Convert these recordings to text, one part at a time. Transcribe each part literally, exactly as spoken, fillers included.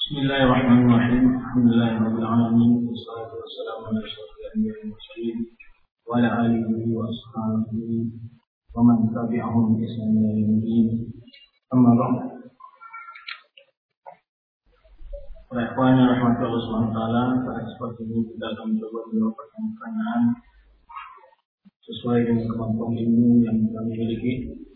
Bismillahirrahmanirrahim. Alhamdulillahirabbil alamin. Wassalatu wassalamu ala asyrofil anbiya'i wal mursalin wa ala alihi wa ashabihi wa man tabi'ahum bi ihsan ila yaumil din. Amma ba'd. Para ikhwan yang rahmati Allah Subhanahu wa taala, pada kesempatan ini kita akan mencoba menjawab pertanyaan sesuai dengan kemampuan ilmu yang kami miliki.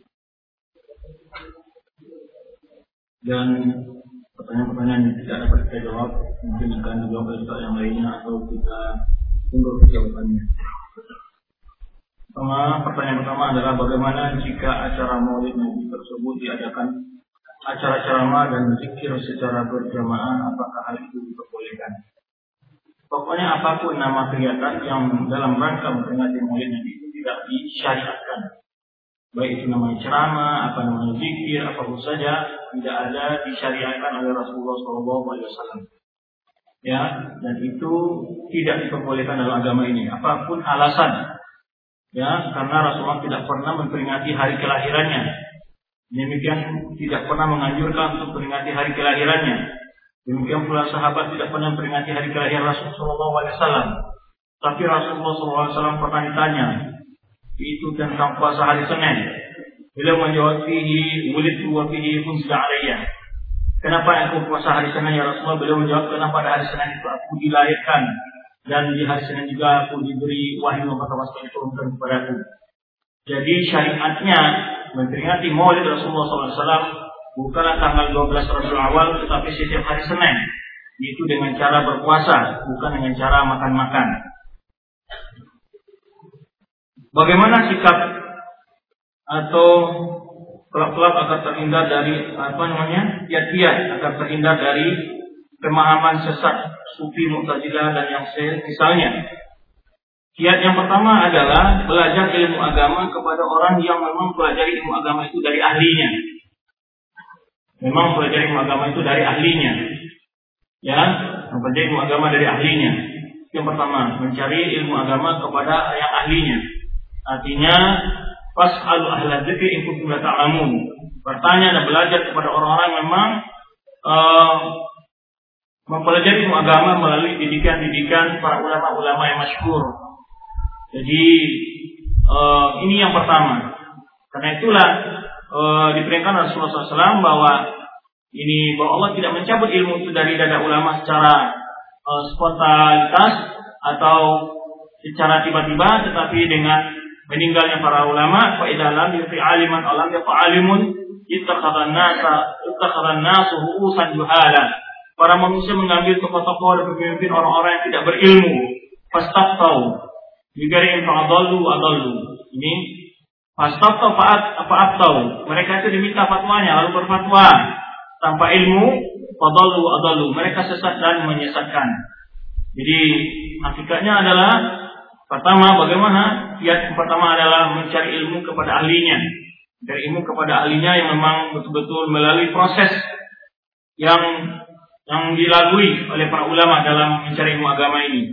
Dan pertanyaan-pertanyaan yang tidak dapat kita jawab mungkin akan dijawab oleh Ustaz yang lainnya atau kita tunggu jawabannya. Pertama, pertanyaan pertama adalah bagaimana jika acara Maulid Nabi tersebut diadakan acara ceramah dan zikir secara berjamaah, apakah hal itu diperbolehkan? Pokoknya apapun nama kegiatan yang dalam rangka memperingati Maulid Nabi itu tidak disyariatkan. Baik itu namanya ceramah, apa namanya zikir, apapun saja tidak ada disyariatkan oleh Rasulullah shallallahu alaihi wasallam. Ya, dan itu tidak diperbolehkan dalam agama ini. Apapun alasan, ya, karena Rasulullah tidak pernah memperingati hari kelahirannya. Demikian tidak pernah menganjurkan untuk memperingati hari kelahirannya. Demikian pula sahabat tidak pernah memperingati hari kelahiran Rasulullah shallallahu alaihi wasallam. Tapi Rasulullah shallallahu alaihi wasallam pernah ditanya itu tentang puasa hari Senin. Beliau menjawab, fihi wulidtu wa fihi unzila alayya. Kenapa aku puasa hari Senin ya Rasulullah? Beliau menjawab, karena pada hari Senin itu aku dilahirkan dan di hari Senin juga aku diberi wahyu maka waspada diturunkan kepadaku. Jadi syariatnya memperingati Maulid Rasulullah shallallahu alaihi wasallam bukanlah tanggal dua belas Rabiul Awal, tetapi setiap hari Senin. Itu dengan cara berpuasa, bukan dengan cara makan-makan. Bagaimana sikap atau kelab-kelab agar terhindar dari apa namanya kiat-kiat agar terhindar dari pemahaman sesat Sufi, Mu'tazilah dan yang misalnya. Kiat yang pertama adalah belajar ilmu agama kepada orang yang memang pelajari ilmu agama itu dari ahlinya. Memang pelajari ilmu agama itu dari ahlinya. Ya, mempelajari ilmu agama dari ahlinya. Yang pertama, mencari ilmu agama kepada yang ahlinya. Artinya, fas'alu ahla dzikri in kuntum la ta'lamun. Bertanya dan belajar kepada orang-orang yang memang uh, mempelajari ilmu agama melalui didikan-didikan para ulama-ulama yang masyhur. Jadi uh, ini yang pertama. Karena itulah uh, diperintahkan Rasulullah shallallahu alaihi wasallam bahwa ini bahwa Allah tidak mencabut ilmu itu dari dada ulama secara uh, spontanitas atau secara tiba-tiba, tetapi dengan meninggalnya para ulama. Fa idza lam yufi aliman alam yafa alimun ittakhadhan nasa ittakhadhan nasu ru'usan juhala. Para manusia mengambil tokoh-tokoh dan pemimpin orang-orang yang tidak berilmu. Fastaftau bighairi fa'adallu adallu. Ini fastaftau fa'at fa'aftau. Mereka itu diminta fatwanya lalu berfatwa tanpa ilmu, fadallu adallu. Mereka sesat dan menyesatkan. Jadi hakikatnya adalah pertama, bagaimana? Kiat pertama adalah mencari ilmu kepada ahlinya. Mencari ilmu kepada ahlinya yang memang betul-betul melalui proses yang yang dilalui oleh para ulama dalam mencari ilmu agama ini.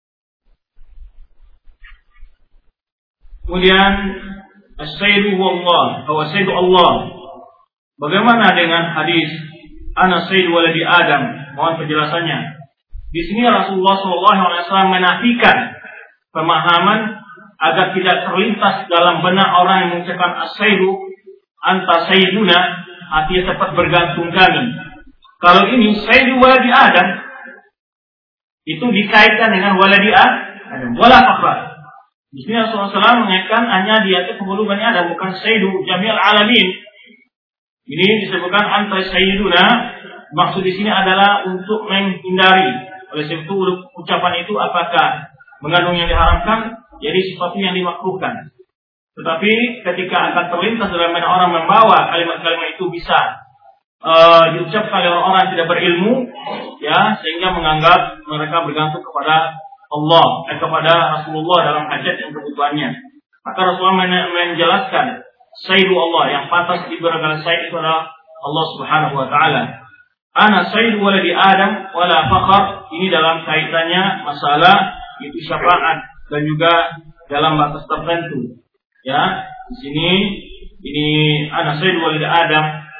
Kemudian as-sayyidu wallah, bahwa sayyidu Allah. Bagaimana dengan hadis ana sayyidu waladi Adam? Mohon penjelasannya. Di sini Rasulullah shallallahu alaihi wasallam menafikan pemahaman agar tidak terlintas dalam benak orang yang mengucapkan as-sayyidu anta sayyiduna, artinya tepat bergantung kami. Kalau ini sayyidu waladi Adam itu dikaitkan dengan waladi Adam, wala fakhra. Di sini Rasulullah shallallahu alaihi wasallam mengaitkan hanya dia itu penghulu Bani Adam, bukan sayyidu jami'al alamin. Ini disebutkan anta sayyiduna, maksud di sini adalah untuk menghindari. Oleh sebab itu ucapan itu apakah mengandung yang diharamkan, jadi sesuatu yang dimakruhkan. Tetapi ketika akan terlintas dalam benak orang membawa kalimat-kalimat itu bisa uh, diucapkan oleh orang-orang yang tidak berilmu, ya, sehingga menganggap mereka bergantung kepada Allah, eh, kepada Rasulullah dalam hajat dan kebutuhannya. Maka Rasulullah men- menjelaskan sayyidu Allah, yang pantas diberikan sayyid itu adalah Allah Subhanahu wa taala. Ana sayyidu waladi Adam wala fakhr. Ini dalam kaitannya masalah itu syafaat dan juga dalam batas tertentu. Ya, di sini ini ana sayyidu waladi Adam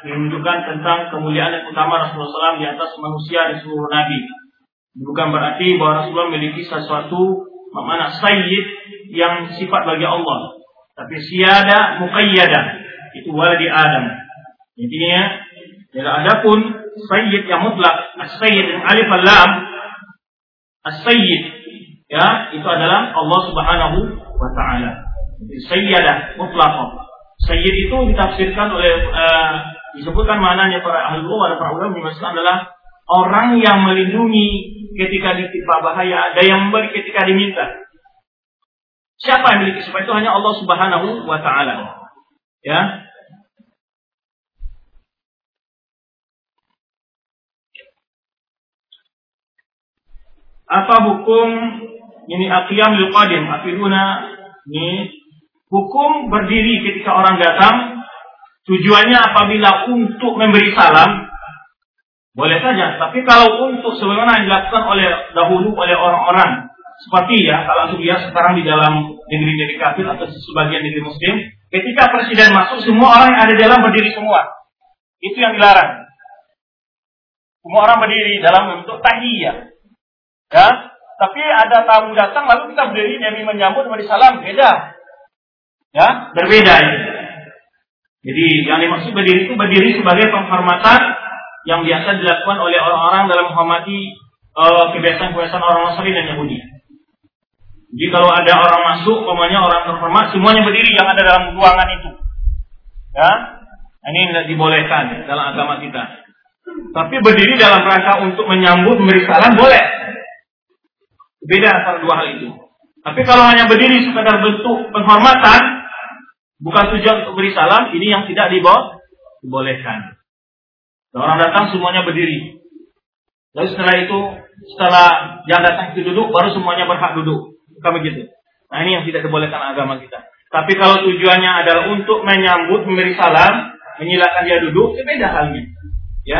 menunjukkan tentang kemuliaan dan utama Rasulullah shallallahu alaihi wasallam di atas manusia dan seluruh nabi. Bukan berarti bahwa Rasulullah memiliki sesuatu makna sayyid yang sifat bagi Allah, tapi siyada muqayyadah, itu waladi Adam. Intinya, bila adapun sayyid yang mutlak, as-sayyid yang alif lam, as-sayyid, ya, itu adalah Allah Subhanahu wa taala. Jadi sayyidah mutlaqah. Sayyid itu ditafsirkan oleh uh, disebutkan maknanya para ahli ulama dan para ulama dimaksudkan adalah orang yang melindungi ketika ditimpa bahaya, ada yang memberi ketika diminta. Siapa yang memiliki sifat itu? Hanya Allah Subhanahu wa taala. Ya. Apa hukum ini aqiyam lil qadim? Afiduna ini hukum berdiri ketika orang datang, tujuannya apabila untuk memberi salam, boleh saja. Tapi kalau untuk sebagaimana yang dilakukan oleh dahulu oleh orang-orang, seperti ya kalau dia sekarang di dalam negeri-negeri kafir atau sebagian negeri muslim, ketika presiden masuk, semua orang yang ada di dalam berdiri semua. Itu yang dilarang. Semua orang berdiri dalam bentuk tahiyah. Ya, tapi ada tamu datang lalu kita berdiri demi menyambut memberi salam, beda. Ya, berbeda ini. Jadi yang dimaksud berdiri itu berdiri sebagai penghormatan yang biasa dilakukan oleh orang-orang dalam menghormati uh, kebiasaan-kebiasaan orang Nasrani dan Yahudi. Jadi kalau ada orang masuk, umpamanya orang terhormat, semuanya berdiri yang ada dalam ruangan itu. Ya, ini tidak dibolehkan dalam agama kita. Tapi berdiri dalam rangka untuk menyambut memberi salam boleh. Beda antara dua hal itu. Tapi kalau hanya berdiri sekadar bentuk penghormatan, bukan tujuan untuk beri salam, ini yang tidak dibo- dibolehkan. Orang datang semuanya berdiri. Lalu setelah itu, setelah yang datang itu duduk, baru semuanya berhak duduk. Bukan begitu. Nah ini yang tidak dibolehkan agama kita. Tapi kalau tujuannya adalah untuk menyambut, memberi salam, menyilakan dia duduk, itu beda halnya. Ya.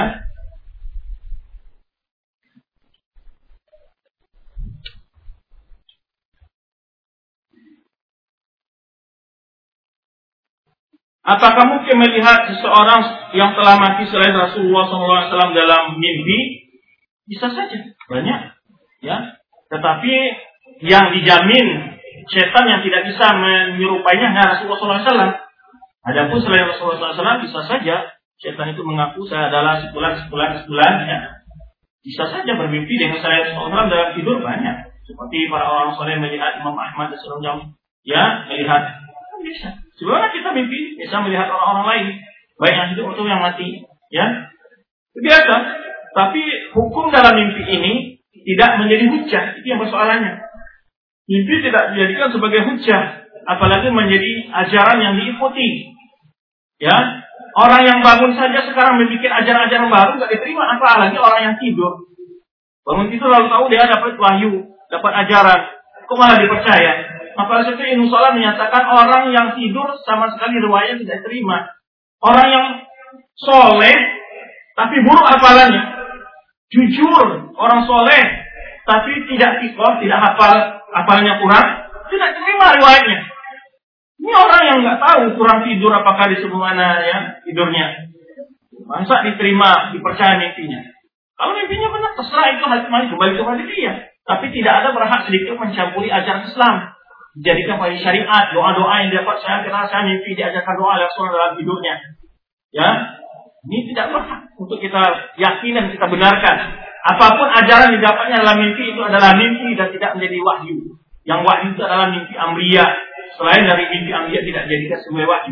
Apakah mungkin melihat seseorang yang telah mati selain Rasulullah shallallahu alaihi wasallam dalam mimpi? Bisa saja, banyak. Ya, tetapi yang dijamin setan yang tidak bisa menyerupainya hanya Rasulullah shallallahu alaihi wasallam. Adapun selain Rasulullah shallallahu alaihi wasallam bisa saja setan itu mengaku saya adalah sebulan sebulan sebulan. Ya. Bisa saja bermimpi dengan selain Rasulullah dalam tidur banyak. Seperti para orang soleh melihat Imam Ahmad dan sebagainya. Ya, melihat bisa. Sebenarnya kita mimpi bisa melihat orang-orang lain, baik yang hidup atau yang mati, ya. Biasa. Tapi hukum dalam mimpi ini tidak menjadi hujah, itu yang persoalannya. Mimpi tidak dijadikan sebagai hujah, apalagi menjadi ajaran yang diikuti. Ya, orang yang bangun saja sekarang membuat ajaran-ajaran baru nggak diterima, apalagi orang yang tidur. Bangun tidur lalu tahu dia dapat wahyu, dapat ajaran, kok malah dipercaya? Maka itu Ibnu Salam menyatakan orang yang tidur sama sekali riwayat tidak terima. Orang yang soleh tapi buruk hafalannya. Jujur orang soleh tapi tidak ikhlas, tidak hafal, hafalnya kurang, tidak terima riwayatnya. Ini orang yang nggak tahu kurang tidur apakah disebut mana ya tidurnya. Masa diterima, dipercaya mimpinya. Kalau mimpinya benar terserah itu hati kembali kepada dia. Tapi tidak ada berhak sedikit mencampuri ajaran Islam. Jadikan pada syariat, doa-doa yang dapat saya kira saya mimpi diajarkan doa langsung dalam hidupnya. Ya, ini tidak berhak untuk kita yakin dan kita benarkan. Apapun ajaran yang didapatnya dalam mimpi itu adalah mimpi dan tidak menjadi wahyu. Yang wahyu itu adalah mimpi amriyah. Selain dari mimpi amriyah tidak jadikan sebagai wahyu.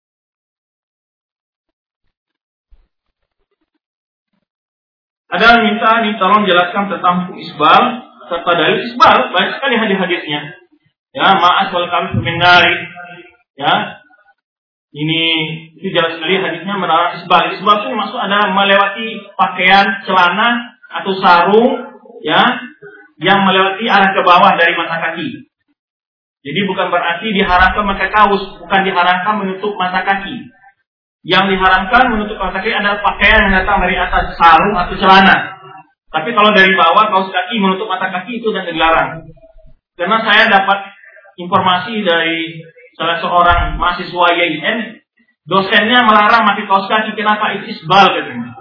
Ada yang minta nih tolong jelaskan tentang hukum isbal serta dalil isbal. Banyak sekali hadis-hadisnya. Ya, ma'as wal kami minari. Ya. Ini itu jelas sekali hadisnya melarang isbal. Isbal itu maksud adalah melewati pakaian, celana atau sarung ya yang melewati arah ke bawah dari mata kaki. Jadi bukan berarti diharamkan pakai kaos, bukan diharamkan menutup mata kaki. Yang diharamkan menutup mata kaki adalah pakaian yang datang dari atas sarung atau celana. Tapi kalau dari bawah kaos kaki menutup mata kaki itu dan dilarang. Karena saya dapat informasi dari salah seorang mahasiswa Y I N dosennya melarang pakai kaos kaki. Kenapa? Itu isbal katanya.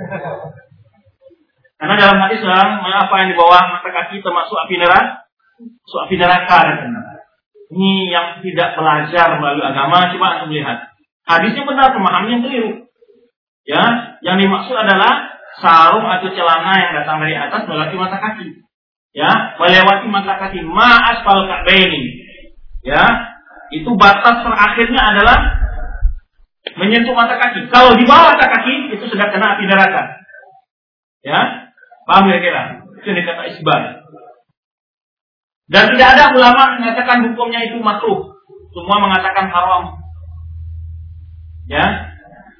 Karena dalam hadis yang apa yang di bawah mata kaki termasuk api neraka, masuk api neraka katanya. Ini yang tidak belajar melalui agama, coba untuk melihat. Hadisnya benar, pemahamannya keliru. Ya, yang dimaksud adalah sarung atau celana yang datang dari atas melewati mata kaki. Ya, melewati mata kaki ma'asfal ka'baini. Ya, itu batas terakhirnya adalah menyentuh mata kaki. Kalau di bawah mata kaki itu sudah kena api neraka. Ya, paham kira-kira? Itu yang dikata isbal. Dan tidak ada ulama mengatakan hukumnya itu makruh. Semua mengatakan haram. Ya.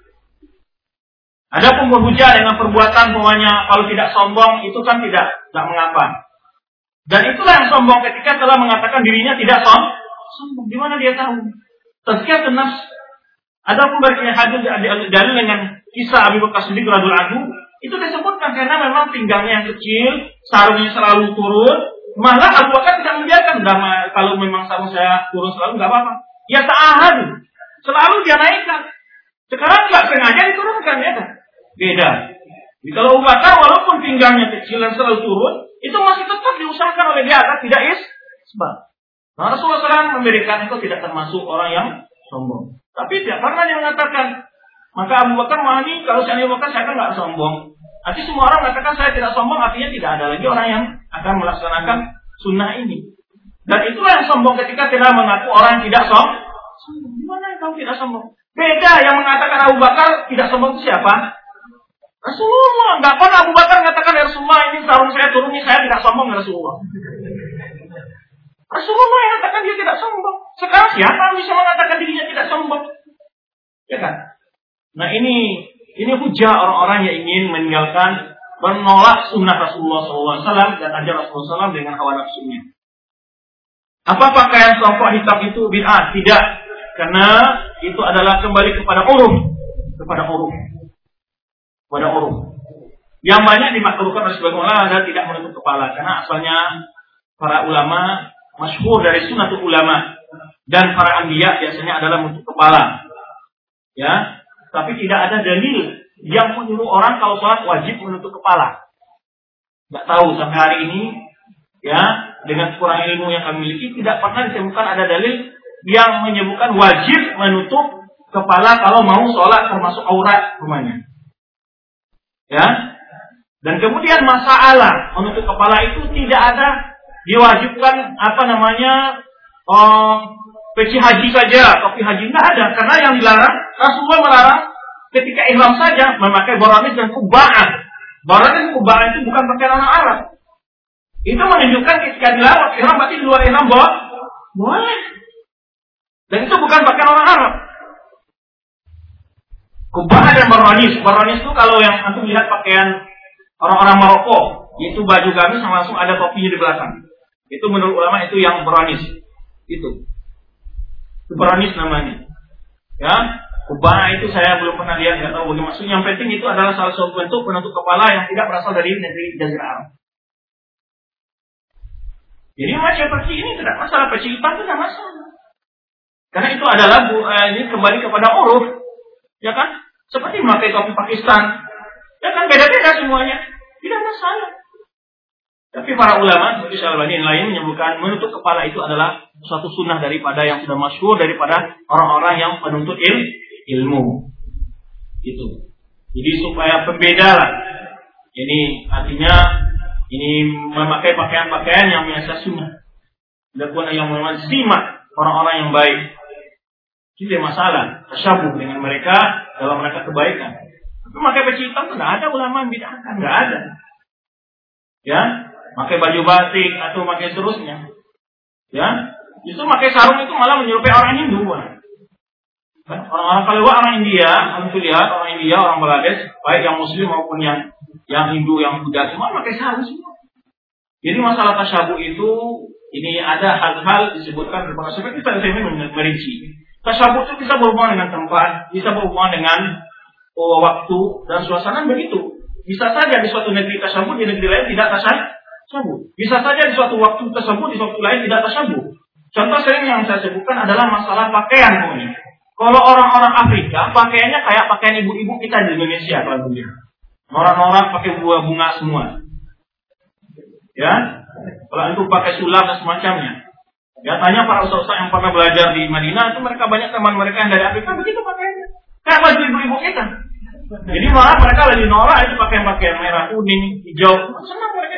Ada pun berhujah dengan perbuatan bahwanya kalau tidak sombong itu kan tidak tidak mengapa. Dan itulah yang sombong ketika telah mengatakan dirinya tidak som, sombong. Di mana dia tahu? Tazkiyatun nafs. Ada pun dari hadis dalil dengan kisah Abu Bakar Siddiq radhiyallahu anhu itu disebutkan karena memang pinggangnya yang kecil, sarungnya selalu turun. Malah Abu Bakar tidak membiarkan. Kalau memang sarung saya turun selalu nggak apa-apa. Ya ta'ahad. Selalu dia naikkan. Sekarang nggak sengaja diturunkan ya kan? Beda. Jadi kalau Abu Bakar walaupun pinggangnya kecil dan selalu turun, itu masih tetap diusahakan oleh dia agar tidak isbal. Nah, Rasulullah shallallahu alaihi wasallam memberikan itu tidak termasuk orang yang sombong. Tapi tidak pernah dia mengatakan. Maka Abu Bakar memahami kalau saya Abu Bakar saya kan nggak sombong. Artinya semua orang mengatakan saya tidak sombong, artinya tidak ada lagi orang yang akan melaksanakan sunnah ini. Dan itulah yang sombong ketika tidak mengaku orang yang tidak sombong. Gimana yang kamu tidak sombong? Beda yang mengatakan Abu Bakar tidak sombong itu siapa? Rasulullah. Nggak pernah Abu Bakar mengatakan ya Rasulullah ini sarung saya turun ini saya tidak sombong ya Rasulullah. Rasulullah yang mengatakan dia tidak sombong. Sekarang siapa yang bisa mengatakan dirinya tidak sombong? Ya kan? Nah ini ini hujah orang-orang yang ingin meninggalkan menolak sunnah Rasulullah shallallahu alaihi wasallam dan ajaran Rasulullah shallallahu alaihi wasallam dengan hawa nafsunya. Apa pakaian kelompok hitam itu bid'ah? Tidak. Karena itu adalah kembali kepada uruf, kepada uruf, kepada uruf. Yang banyak dimakruhkan oleh sebagian ulama adalah tidak menutup kepala, karena asalnya para ulama masyhur dari sunnatul ulama dan para anbiya biasanya adalah menutup kepala. Ya, tapi tidak ada dalil yang menyuruh orang kalau sholat wajib menutup kepala. Nggak tahu sampai hari ini, ya, dengan kurang ilmu yang kami miliki tidak pernah ditemukan ada dalil yang menyebutkan wajib menutup kepala kalau mau sholat termasuk aurat rumahnya. Ya. Dan kemudian masalah menutup kepala itu tidak ada diwajibkan apa namanya um, peci haji saja, topi haji tidak ada, karena yang dilarang Rasulullah melarang ketika ihram saja memakai baranis dan kubaan. Baranis dan kubaan itu bukan pakaian orang Arab. Itu menunjukkan ketika dilarang ihram berarti di luar ihram boleh. Boleh. Dan itu bukan pakaian orang Arab. Kubah dan baranis. Baranis itu kalau yang antum lihat pakaian orang-orang Maroko, yaitu baju gamis yang langsung ada topinya di belakang. Itu menurut ulama itu yang baranis. Itu. Itu baranis namanya. Ya, kubah itu saya belum pernah lihat, nggak tahu bagaimana maksudnya. Yang penting itu adalah salah satu bentuk penutup kepala yang tidak berasal dari negeri Jazirah Arab. Jadi macam peci ini tidak masalah, peci hitam tidak masalah. Karena itu adalah uh, ini kembali kepada uruf, ya kan? Seperti memakai topi Pakistan, ya kan beda-beda semuanya, tidak masalah. Tapi para ulama seperti Syalbani yang lain menyebutkan menutup kepala itu adalah suatu sunnah daripada yang sudah masyhur daripada orang-orang yang penuntut il, ilmu. Itu. Jadi supaya pembeda lah. Ini artinya ini memakai pakaian-pakaian yang biasa sunnah. Dan pun yang memang simak orang-orang yang baik. Tidak masalah tasyabuh dengan mereka dalam rangka kebaikan. Tapi pakai peci hitam tidak ada ulama yang bid'ahkan, tidak ada. Ya, pakai baju batik atau pakai seterusnya. Ya, justru pakai sarung itu malah menyerupai orang Hindu. Orang-orang kalau orang India, antum lihat orang India, orang Bangladesh, baik yang Muslim maupun yang yang Hindu, yang Buddha semua pakai sarung semua. Jadi masalah tasyabuh itu ini ada hal-hal disebutkan beberapa seperti kita ini merinci. Tasyabuh itu bisa berhubungan dengan tempat, bisa berhubungan dengan oh, waktu dan suasana begitu. Bisa saja di suatu negeri tasyabuh, di negeri lain tidak tasyabuh. Bisa saja di suatu waktu tersebut, di suatu lain tidak tasyabuh. Contoh sering yang saya sebutkan adalah masalah pakaian ini. Kalau orang-orang Afrika pakaiannya kayak pakaian ibu-ibu kita di Indonesia kalau begitu. Norak-norak pakai buah bunga semua. Ya, kalau itu pakai sulap dan semacamnya. Ya, tanya para ustaz-ustaz yang pernah belajar di Madinah itu mereka banyak teman mereka yang dari Afrika begitu pakaiannya. Kayak baju ibu-ibu kita. Jadi malah mereka lebih norak itu pakaian-pakaian merah, kuning, hijau. Senang mereka.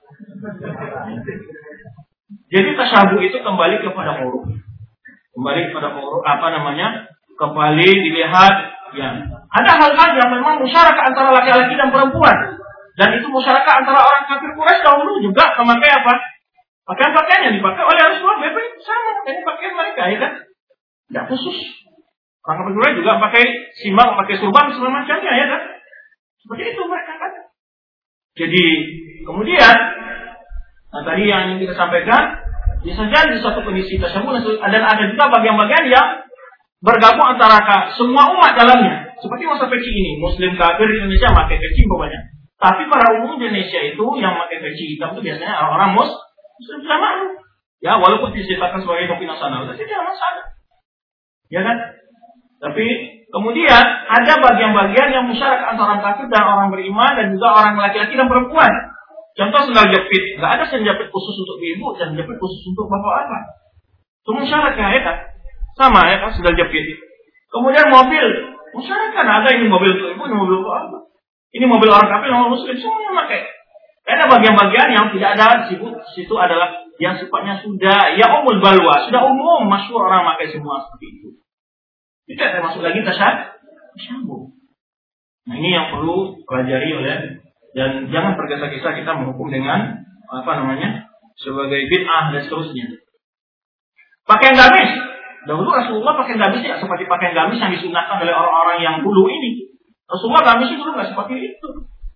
Jadi tasyabuh itu kembali kepada huruf. Kembali kepada huruf apa namanya? Kembali dilihat yang ada hal-hal yang memang musyarakah antara laki-laki dan perempuan. Dan itu musyarakah antara orang kafir Quraisy dahulu juga memakai apa? Pakaian-pakaian yang dipakai oleh Rasulullah B P sama pakaian pakaian mereka ya kan? Tidak khusus. Orang kafir Quraisy juga pakai simbang, pakai surban segala macamnya ya kan? Seperti itu mereka kan. Jadi kemudian nah, tadi yang ingin kita sampaikan bisa jadi satu kondisi tersebut dan ada juga bagian-bagian yang bergabung antara semua umat dalamnya. Seperti masa peci ini, Muslim kafir di Indonesia pakai peci banyak. Tapi pada umum Indonesia itu yang pakai peci hitam itu biasanya orang-orang mus, Muslim tidak malu. Ya, walaupun diceritakan sebagai topi nasional, tapi tidak masalah. Ya kan? Tapi kemudian ada bagian-bagian yang musyarakah antara orang kafir dan orang beriman dan juga orang laki-laki dan perempuan. Contoh sendal jepit, nggak ada sendal jepit khusus untuk ibu dan jepit khusus untuk bapak-bapak. Itu musyarakah ya kan? Sama ya kan sendal jepit. Kemudian mobil, musyarakah ada ini mobil untuk ibu, ini mobil untuk bapak. Ini mobil orang kafir, orang muslim semuanya pakai. Ada bagian-bagian yang tidak ada di situ adalah yang sifatnya sudah ya umul balwa, sudah umum, masyhur orang pakai semua seperti itu. Tidak termasuk lagi tasyabuh. Nah ini yang perlu pelajari oleh dan jangan tergesa-gesa kita menghukum dengan apa namanya sebagai bid'ah dan seterusnya. Pakaian gamis, dahulu Rasulullah pakai gamis ya seperti pakaian gamis yang disunahkan oleh orang-orang yang dulu ini. Rasulullah gamis itu dulu nggak seperti itu,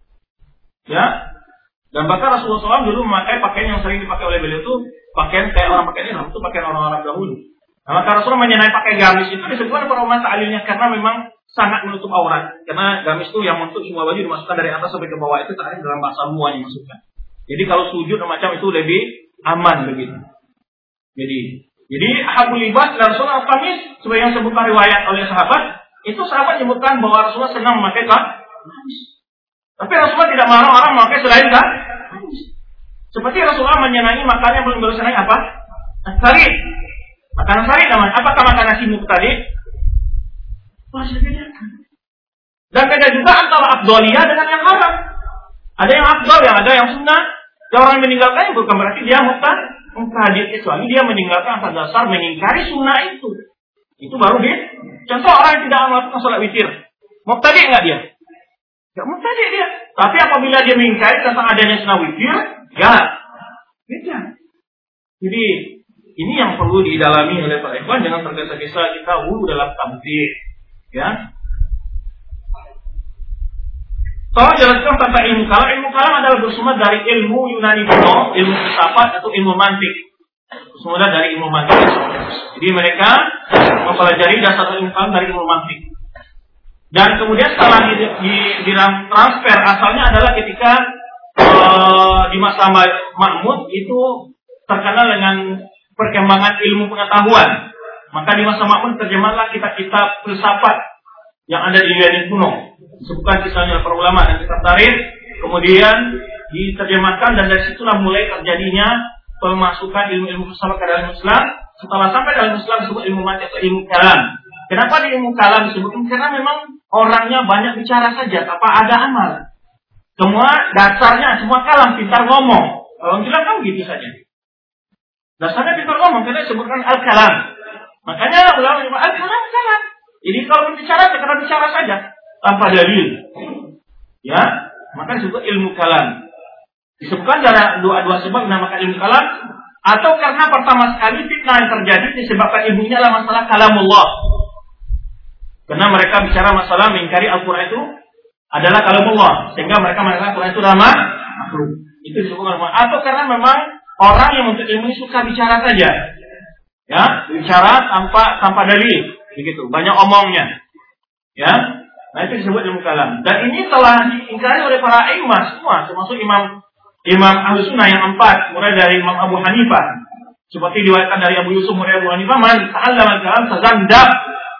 ya. Dan bahkan Rasulullah shallallahu alaihi wasallam dulu memakai pakaian yang sering dipakai oleh beliau itu pakaian kayak orang pakai ihram, itu pakaian orang Arab dahulu. Nah, maka Rasulullah menyenai pakai gamis itu disebutkan para ulama ta'lilnya karena memang sangat menutup aurat. Karena gamis itu yang menutup semua baju dimasukkan dari atas sampai ke bawah itu ta'lil dalam bahasa semua dimasukkan. Jadi kalau sujud macam itu lebih aman begitu. Jadi, jadi habul libas dan Rasulullah al-qamis sebagai yang sebutkan riwayat oleh sahabat, itu sahabat menyebutkan bahwa Rasulullah senang memakai gamis. Tapi Rasulullah tidak marah orang memakai selain gamis. Seperti Rasulullah menyenangi makannya belum baru senang apa? Sari. Makanan sari namanya. Apakah makanan nasi muqtadi? Masih bedakan. Dan beda juga antara afdoliyah dengan yang haram. Ada yang afdol, yang ada yang sunnah. Yang orang meninggalkan bukan berarti dia muqtadi, kecuali dia meninggalkan atas dasar mengingkari sunnah itu. Itu baru dia. Contoh orang yang tidak melakukan sholat witir, muqtadi enggak dia? Enggak muqtadi dia. Tapi apabila dia mengingkari tentang adanya sunnah witir, ya beda. Jadi ini yang perlu didalami oleh para ikhwan, jangan tergesa-gesa kita hulu dalam tamtih, ya. Tolong jelaskan tentang ilmu kalam. Ilmu kalam adalah bersumber dari ilmu Yunani kuno, ilmu filsafat atau ilmu mantik. Bersumber dari ilmu mantik. Jadi mereka mempelajari dasar ilmu kalam dari ilmu mantik. Dan kemudian setelah di, di, di transfer asalnya adalah ketika uh, di masa Mahmud itu terkenal dengan perkembangan ilmu pengetahuan. Maka di masa Mahmud terjemahlah kitab-kitab filsafat yang ada di Yunani kuno. Disebutkan kisahnya para ulama dan kitab tarikh, kemudian diterjemahkan dan dari situlah mulai terjadinya pemasukan ilmu-ilmu filsafat ke dalam Islam. Setelah sampai dalam Islam disebut ilmu mantik atau ilmu kalam. Kenapa di ilmu kalam disebutkan? Karena memang orangnya banyak bicara saja, tanpa ada amal. Semua dasarnya, semua kalam, pintar ngomong. Kalau bilang kan gitu saja. Dasarnya pintar ngomong, karena disebutkan al-kalam. Makanya ulama menyebut al-kalam, kalam. Jadi kalau berbicara, sekedar bicara saja, tanpa dalil. Ya, maka disebut ilmu kalam. Disebutkan dari dua-dua sebab dinamakan ilmu kalam, atau karena pertama sekali fitnah yang terjadi disebabkan ilmunya adalah masalah kalamullah. Karena mereka bicara masalah mengingkari Al-Quran itu adalah kalamullah, sehingga mereka mengatakan Al-Quran itu adalah makhluk. Itu disebutkan ilmu. Atau karena memang orang yang untuk ilmu ini suka bicara saja, ya, bicara tanpa tanpa dalil, begitu, banyak omongnya, ya. Nah itu disebut ilmu kalam. Dan ini telah diingkari oleh para imam semua, termasuk imam Imam Ahlus Sunnah yang empat, mulai dari Imam Abu Hanifah. Seperti diwakilkan dari Abu Yusuf mulai Abu Hanifah, man ta'allama al-kalam tazandaq.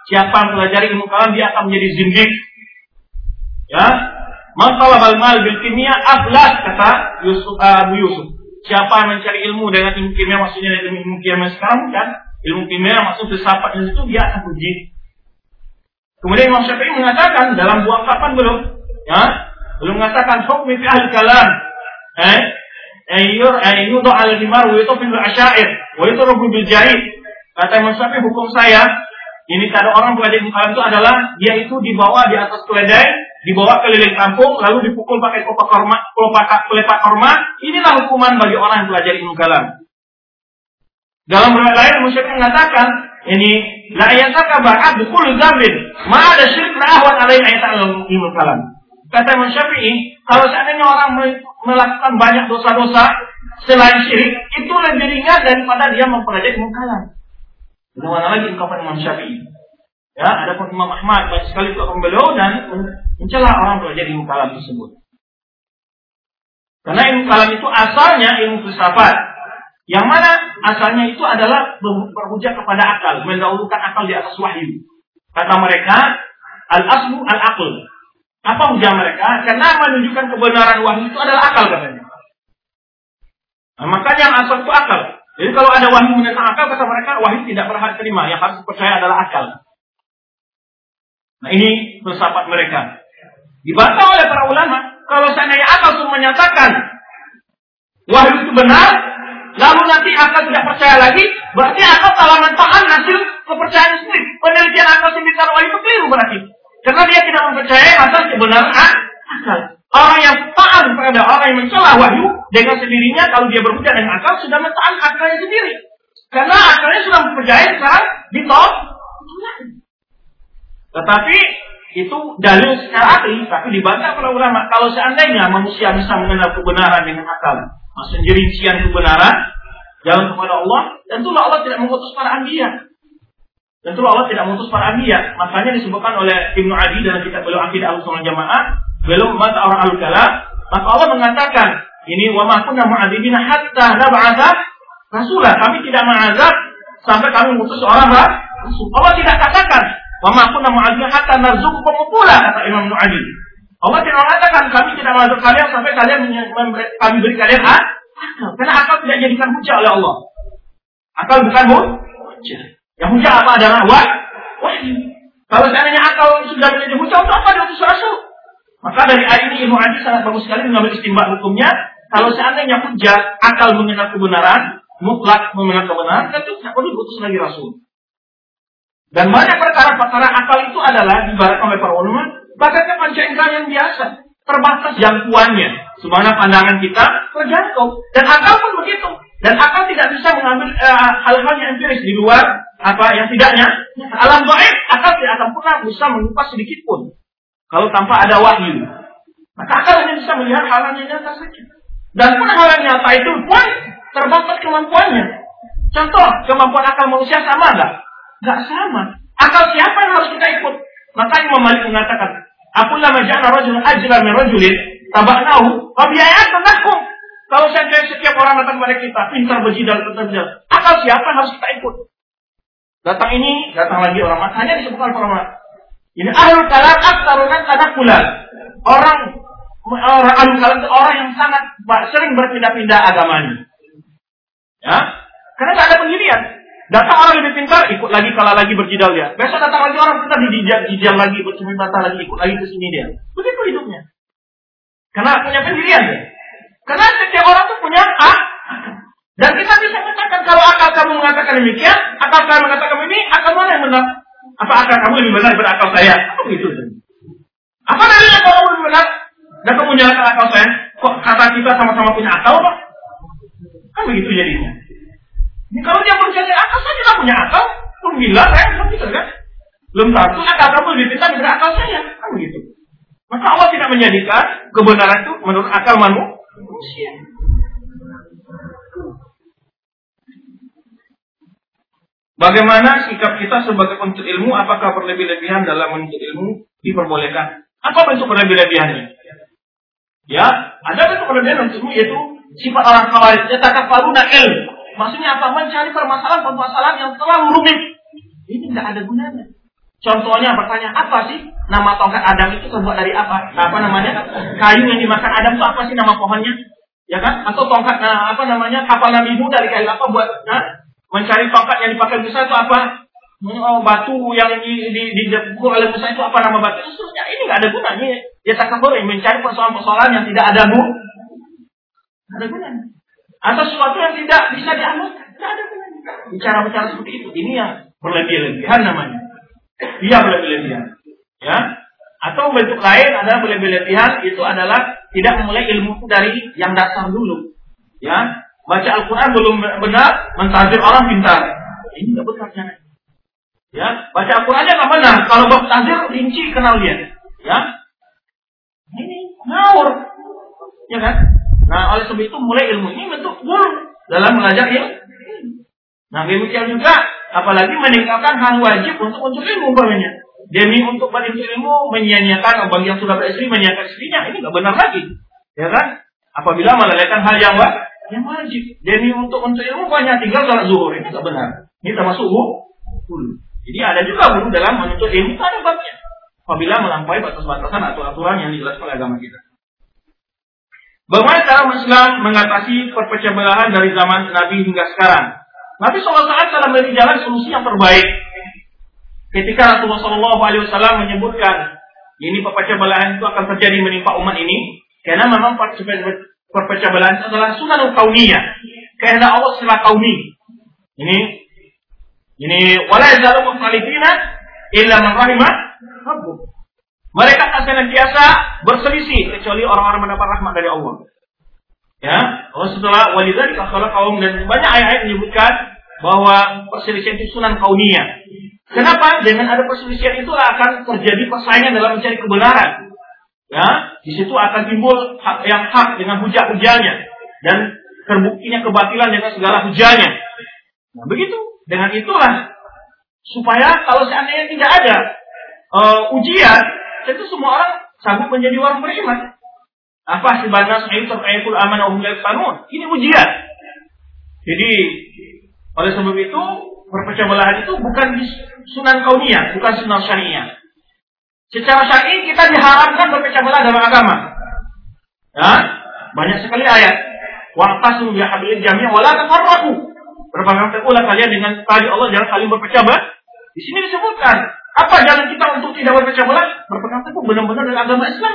Siapa yang pelajari ilmu kalam dia akan menjadi zindik. Ya, man talabal mal bil kimia aflas, kata Yusuf Abu Yusuf. Siapa yang mencari ilmu dengan ilmu kimia, maksudnya ilmu, ilmu kimia sekarang kan? Ilmu kimia maksud filsafat itu dia akan rugi. Kemudian Imam Syafi'i mengatakan dalam buah kapan belum? Ya, belum mengatakan hukmi fi ahli kalam. Eh, ayur ayudu al-himar wa yutafil al-asyair wa yutrubu bil jahid. Kata Imam Syafi'i, hukum saya ini ada orang belajar ilmu kalam itu adalah dia itu dibawa di atas keledai, dibawa keliling kampung, lalu dipukul pakai kelopak korma, kelopak kelopak korma. Inilah hukuman bagi orang yang belajar ilmu kalam. Dalam riwayat lain Imam Syafi'i mengatakan, ini la yataka ba'd kullu dzambin ma ada syirik la ahwan alaihi ayatan ilmu kalam. Kata Imam Syafi'i, kalau seandainya orang melakukan banyak dosa-dosa selain syirik, itu lebih ringan daripada dia mempelajari ilmu kalam. Bagaimana lagi ungkapan Imam Syafi'i? Ya, ada pun Imam Ahmad banyak sekali untuk beliau dan mencela orang belajar ilmu kalam tersebut. Karena ilmu kalam itu asalnya ilmu filsafat, yang mana asalnya itu adalah berhujah kepada akal, mendahulukan akal di atas wahyu. Kata mereka, al-aslu al-aql. Apa hujah mereka? Karena menunjukkan kebenaran wahyu itu adalah akal katanya. Nah, makanya yang asal itu akal. Jadi kalau ada wahyu menentang akal, kata mereka, wahyu tidak berhak terima. Yang harus dipercaya adalah akal. Nah, ini filsafat mereka. Dibantah oleh para ulama. Kalau seandainya akal itu menyatakan wahyu itu benar, lalu nanti akal tidak percaya lagi, berarti akal salah mentahkan hasil kepercayaan sendiri. Penelitian akal sendiri kalau wahyu itu keliru berarti. Karena dia tidak mempercayai asal kebenaran akal. Orang yang taat kepada orang yang mencela wahyu dengan sendirinya, kalau dia berhujah dengan akal, sudah mentaat akalnya sendiri. Karena akalnya sudah mempercayai sekarang ditolak. Tetapi itu dalil secara akli, tapi dibantah para ulama. Kalau seandainya manusia bisa mengenal kebenaran dengan akal, maksudnya rincian kebenaran jalan kepada Allah, tentulah Allah tidak mengutus para anbiya. Tentulah Allah tidak mengutus para anbiya. Makanya disebutkan oleh Ibnu Adi dalam kitab beliau Aqidah Ahlussunnah Jamaah, beliau membantah orang al-kalam, maka Allah mengatakan, ini wa ma kunna mu'adzibina hatta nab'atsa rasulah. Kami tidak mengazab sampai kami mengutus seorang rasul. Allah tidak katakan wa ma kunna mu'adzibina hatta narzuqukum pula, kata Imam Ibnu Adi. Allah tidak mengatakan kami tidak mengazab kalian sampai kalian kami beri kalian akal. Karena akal tidak dijadikan hujah oleh Allah. Akal bukan hujah. Yang hujah apa adalah wahyu. Kalau seandainya akal sudah menjadi hujah, untuk apa diutus rasul? Maka dari ayat ini Ibnu Adi sangat bagus sekali mengambil istimbat hukumnya. Kalau seandainya hujah akal mengenal kebenaran, mutlak mengenal kebenaran, tentu tidak perlu diutus lagi rasul. Dan banyak perkara-perkara akal itu adalah diibaratkan oleh para ulama bagaikan panca indera yang biasa, terbatas jangkauannya. Sebagaimana pandangan kita terjangkau. Dan akal pun begitu. Dan akal tidak bisa mengambil uh, hal-hal yang empiris di luar apa yang tidaknya. Alam gaib, akal tidak akan pernah bisa mengupas sedikit pun kalau tanpa ada wahyu. Maka akal hanya bisa melihat hal yang nyata saja. Dan pun hal yang nyata itu pun terbatas kemampuannya. Contoh, kemampuan akal manusia sama enggak? Enggak sama. Akal siapa yang harus kita ikut? Maka Imam Malik mengatakan, "Aku lama ja'ala rajulun ajla min rajulin tabanahu wa bi'ayatan lakum." Kalau saya setiap orang datang kepada kita, pintar berjidal, pintar berjidal, akal siapa yang harus kita ikut? Datang ini, datang lagi orang. Makanya disebutkan orang. Ini ahlul kalam aktarunan tadakulan. Orang orang ahlul kalam itu orang yang sangat sering berpindah-pindah agamanya. Ya, karena tidak ada pendirian. Datang orang lebih pintar, ikut lagi, kalah lagi berjidal dia. Besok datang lagi orang pintar, dijidal lagi, bercumi mata lagi, ikut lagi ke sini dia. Begitu hidupnya. Karena punya pendirian dia. Karena setiap orang itu punya hak. Dan kita bisa mengatakan kalau akal kamu mengatakan demikian, akal saya mengatakan ini, akal mana yang benar? Apa akal kamu lebih benar daripada akal saya? Apa begitu? Apa dalilnya kalau kamu lebih benar? Dan kamu menyalahkan akal saya? Kok kata kita sama-sama punya akal, Pak? Kan begitu jadinya. Ini kalau dia percaya akal, saya tidak punya akal. Pun bilang, saya belum bisa kan? Belum tentu akal kamu lebih pintar daripada akal saya. Kan begitu. Maka Allah tidak menjadikan kebenaran itu menurut akal manusia. Bagaimana sikap kita sebagai penuntut ilmu? Apakah berlebih-lebihan dalam menuntut ilmu diperbolehkan? Apa bentuk berlebih-lebihannya? Ya, ada bentuk berlebihan menuntut ilmu yaitu sifat orang khawarij, yatakaffaruna ilm. Maksudnya apa? Mencari permasalahan-permasalahan yang terlalu rumit. Ini tidak ada gunanya. Contohnya bertanya, apa sih nama tongkat Adam itu terbuat dari apa? Nah, apa namanya? Kayu yang dimakan Adam itu apa sih nama pohonnya? Ya kan? Atau tongkat nah, apa namanya? Kapal Nabi Nuh dari kayu apa buat nah, mencari tongkat yang dipakai Musa itu apa? Oh, batu yang di di dipukul oleh Musa itu apa nama batu? Seterusnya ini nggak ada gunanya. Dia takabur mencari persoalan-persoalan yang tidak ada bu, ada gunanya. Atau sesuatu yang tidak bisa diamalkan, tidak ada gunanya. Bicara-bicara seperti itu, ini yang berlebih-lebihan namanya. Dia berlebih-lebihan, ya. Atau bentuk lain adalah berlebih-lebihan itu adalah tidak memulai ilmu dari yang dasar dulu, ya. Baca Al-Quran belum benar, mentazir orang pintar, ini nggak benar jangan. Ya, baca Al-Qurannya nggak benar, kalau bab tazir rinci kenal dia, ya. Ini ngawur, ya kan? Nah, oleh sebab itu mulai ilmu ini bentuk guru dalam belajar ilmu. Nah, demikian juga apalagi meninggalkan hal wajib untuk untuk ilmu umpamanya. Demi untuk berilmu ilmu menyia-nyiakan bagi yang sudah beristri menyia-nyiakan istrinya, ini nggak benar lagi, ya kan? Apabila melalaikan hal yang wajib, yang wajib demi untuk untuk ilmu banyak tinggal sholat zuhur, ini nggak benar. Ini termasuk guru. Jadi ada juga guru dalam menuntut ilmu ada babnya. Apabila melampaui batas-batasan atau aturan yang dijelaskan oleh agama kita. Bagaimana cara Islam mengatasi perpecah belahan dari zaman Nabi hingga sekarang? Nabi shallallahu alaihi wasallam telah memberi jalan solusi yang terbaik. Ketika Rasulullah shallallahu alaihi wasallam menyebutkan ini perpecah belahan itu akan terjadi menimpa umat ini, karena memang perpecah belahan itu adalah sunnah kauniyah, kehendak Allah secara kauni. Ini ini wala yazalu mukhalifina illa man rahimah rabbuk. Mereka akan senantiasa berselisih kecuali orang-orang mendapat rahmat dari Allah. Ya, oh setelah walidzalika khalaqahum dan banyak ayat-ayat menyebutkan bahwa perselisihan itu sunan kauniyah. Kenapa? Dengan ada perselisihan itu akan terjadi persaingan dalam mencari kebenaran. Ya, di situ akan timbul hak yang hak dengan hujah-hujahnya dan terbuktinya kebatilan dengan segala hujahnya. Nah, begitu. Dengan itulah supaya kalau seandainya tidak ada uh, ujian, tentu semua orang sanggup menjadi orang beriman. Apa sih bana sahih terkaitul amanah hum yaqtanun? Ini ujian. Jadi oleh sebab itu perpecah belahan itu bukan sunan kauniyah, bukan sunan syariah. Secara syar'i kita diharamkan berpecah belah dalam agama. Ya, banyak sekali ayat. Wa'tasimu bihablil jami' wa la tafarraqu. Berpegang teguhlah kalian dengan tali Allah, jangan kalian berpecah belah. Di sini disebutkan apa jalan kita untuk tidak berpecah belah? Berpegang teguh benar-benar dengan agama Islam.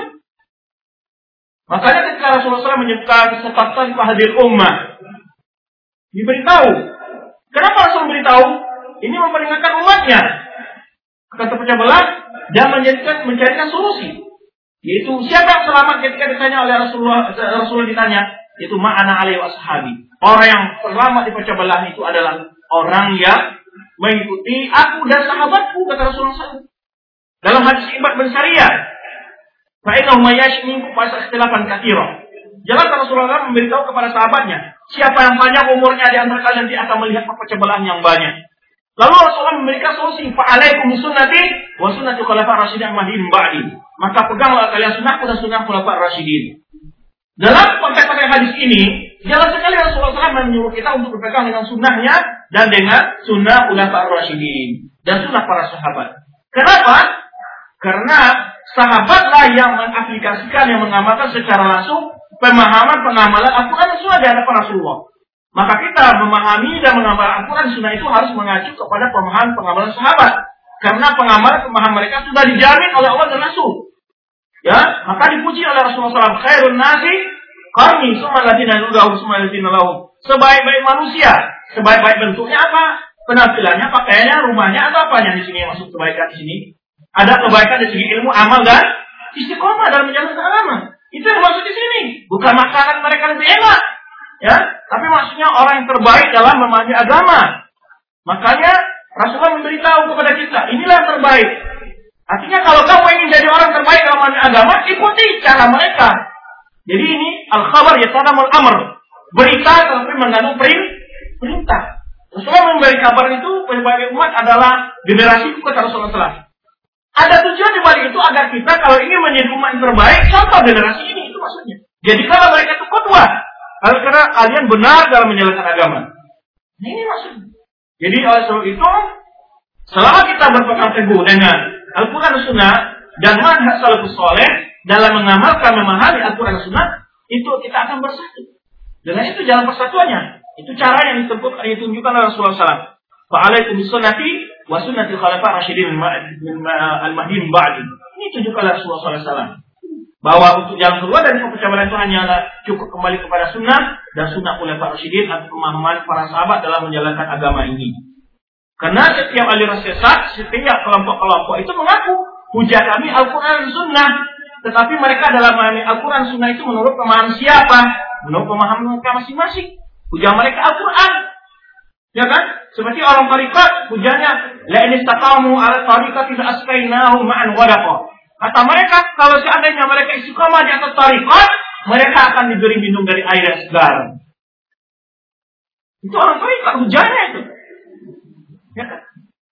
Makanya ketika Rasulullah shallallahu alaihi wasallam menyebutkan kesepakatan hadir ummah, diberitahu. Kenapa Rasul beritahu? Ini memperingatkan umatnya akan terpecah belah dan menjadikan mencarikan solusi. Yaitu siapa yang selamat ketika ditanya oleh Rasulullah, Rasulullah ditanya, itu ma'ana alaihi washabi. Orang yang selamat di pecah belah itu adalah orang yang mengikuti aku dan sahabatku, kata Rasulullah shallallahu alaihi wasallam. Dalam hadis Ibad bin Sariyah, fa'innahu mayash minkum fasa ikhtilafan katsira. Jelas Rasulullah memberitahu kepada sahabatnya, siapa yang banyak umurnya di antara kalian dia akan melihat perpecah belahan yang banyak. Lalu Rasulullah memberikan solusi, fa'alaikum bisunnati wa sunnati khulafair rasyidin mahdiyyin ba'di. Maka peganglah kalian sunnahku dan sunnah khulafair rasyidin. Dalam konteks hadis ini, jelas sekali Rasulullah shallallahu alaihi wasallam menyuruh kita untuk berpegang dengan sunnahnya dan dengan sunnah khulafair rasyidin dan sunnah para sahabat. Kenapa? Karena sahabatlah yang mengaplikasikan, yang mengamalkan secara langsung pemahaman pengamalan Al-Quran dan Sunnah di hadapan Rasulullah. Maka kita memahami dan mengamalkan Al-Quran dan Sunnah itu harus mengacu kepada pemahaman pengamalan sahabat. Karena pengamalan pemahaman mereka sudah dijamin oleh Allah dan Rasul. Ya, maka dipuji oleh Rasulullah shallallahu alaihi wasallam, khairun nasi qarni summa alladziina yalunahum summa alladziina lahum. Sebaik-baik manusia, sebaik-baik bentuknya apa? Penampilannya, pakaiannya, rumahnya, atau apanya di sini yang masuk kebaikan di sini? Ada kebaikan dari segi ilmu, amal dan istiqomah dalam menjalankan agama. Itu yang maksud di sini. Bukan makanan mereka lebih enak, ya. Tapi maksudnya orang yang terbaik dalam memahami agama. Makanya Rasulullah memberitahu kepada kita, inilah yang terbaik. Artinya kalau kamu ingin jadi orang terbaik dalam memahami agama, ikuti cara mereka. Jadi ini al-khabar yatanamul amr. Berita tapi mengandung perintah. Rasulullah memberi kabar itu bagi umat adalah generasi kata Rasulullah shallallahu alaihi wasallam. Ada tujuan di balik itu agar kita kalau ingin menjadi umat yang terbaik, contoh generasi ini, itu maksudnya. Jadi kalau mereka itu qudwah, kalau karena kalian benar dalam menjalankan agama. Ini maksudnya. Jadi oleh sebab itu, Selama kita berpegang teguh dengan Al-Quran dan Sunnah dan manhaj salafus saleh dalam mengamalkan memahami Al-Quran dan Sunnah, itu kita akan bersatu. Dengan itu jalan persatuannya. Itu cara yang ditempuh, yang ditunjukkan oleh Rasulullah shallallahu alaihi wasallam. Fa'alaikum bisunnati wa sunnati khulafa rasyidin al-mahdi min ba'di. Ini tunjukkan oleh Rasulullah shallallahu alaihi wasallam. Bahwa untuk jalan keluar dari kepecah itu hanyalah cukup kembali kepada sunnah dan sunnah khulafa rasyidin atau pemahaman para sahabat dalam menjalankan agama ini. Karena setiap aliran sesat, setiap kelompok-kelompok itu mengaku hujah kami Al-Quran dan Sunnah. Tetapi mereka dalam memahami Al-Quran dan Sunnah itu menurut pemahaman siapa? Menurut pemahaman mereka masing-masing. Hujah mereka Al-Quran. Ya kan? Seperti orang tarikat, hujahnya la in istaqamu ala tariqati la asqainahu ma'an ghadaqa. Kata mereka, kalau seandainya mereka istiqamah di atas tarikat, mereka akan diberi minum dari air yang segar. Itu orang tarikat, hujahnya itu. Ya kan?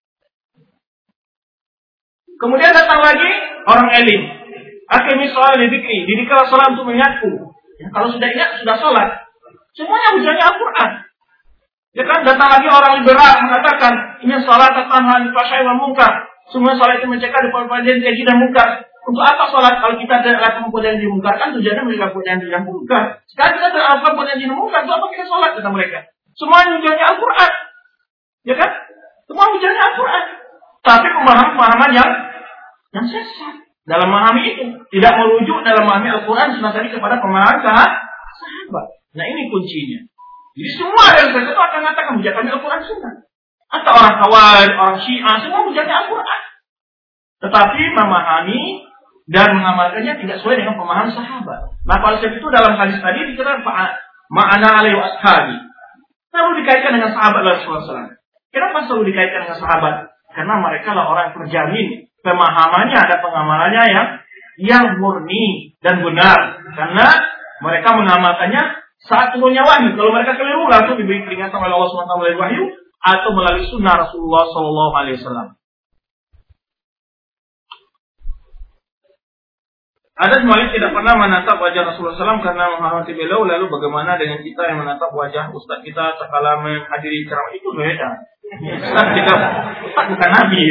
Kemudian datang lagi orang elim. Aqimis shalah li dzikri. Didiklah salat untuk mengingatku. Ya, kalau sudah ingat, sudah salat. Semuanya hujahnya Al-Quran. Ya kan? Datang lagi orang liberal mengatakan, ini salat tanha anil fahsya'i wal munkar. Semua salat itu mencegah dari perbuatan keji dan munkar. Untuk apa salat kalau kita tidak lakukan perbuatan yang dimungkarkan? Tujuannya mencegah perbuatan yang munkar. Sekarang kita tidak lakukan perbuatan yang munkar, untuk apa kita salat, kata mereka? Semuanya hujahnya Al-Quran. Ya kan? Semua hujahnya Al-Quran. Tapi pemahaman-pemahaman yang yang sesat dalam memahami itu, tidak merujuk dalam memahami Al-Quran Sunnah tadi kepada pemahaman sahabat. Nah, ini kuncinya. Jadi semua yang sesat itu akan mengatakan hujahnya Al-Quran Sunnah. Atau orang Khawarij, orang Syiah, semua hujahnya Al-Quran. Tetapi memahami dan mengamalkannya tidak sesuai dengan pemahaman sahabat. Nah, kalau itu dalam hadis tadi dikatakan ma'ana alaihi wa ashabi. Selalu dikaitkan dengan sahabat Rasulullah shallallahu alaihi wasallam. Kenapa selalu dikaitkan dengan sahabat? Karena mereka lah orang yang terjamin pemahamannya ada pengamalannya yang yang murni dan benar. Karena mereka mengamalkannya saat turunnya wahyu. Kalau mereka keliru langsung diberi peringatan oleh Allah subhanahu wa taala melalui wahyu atau melalui sunnah Rasulullah shallallahu alaihi wasallam. Ada semuanya tidak pernah menatap wajah Rasulullah shallallahu alaihi wasallam karena menghormati beliau. Lalu bagaimana dengan kita yang menatap wajah Ustaz kita sekala menghadiri ceramah? Itu beda. Ustaz kita Ustaz bukan Nabi.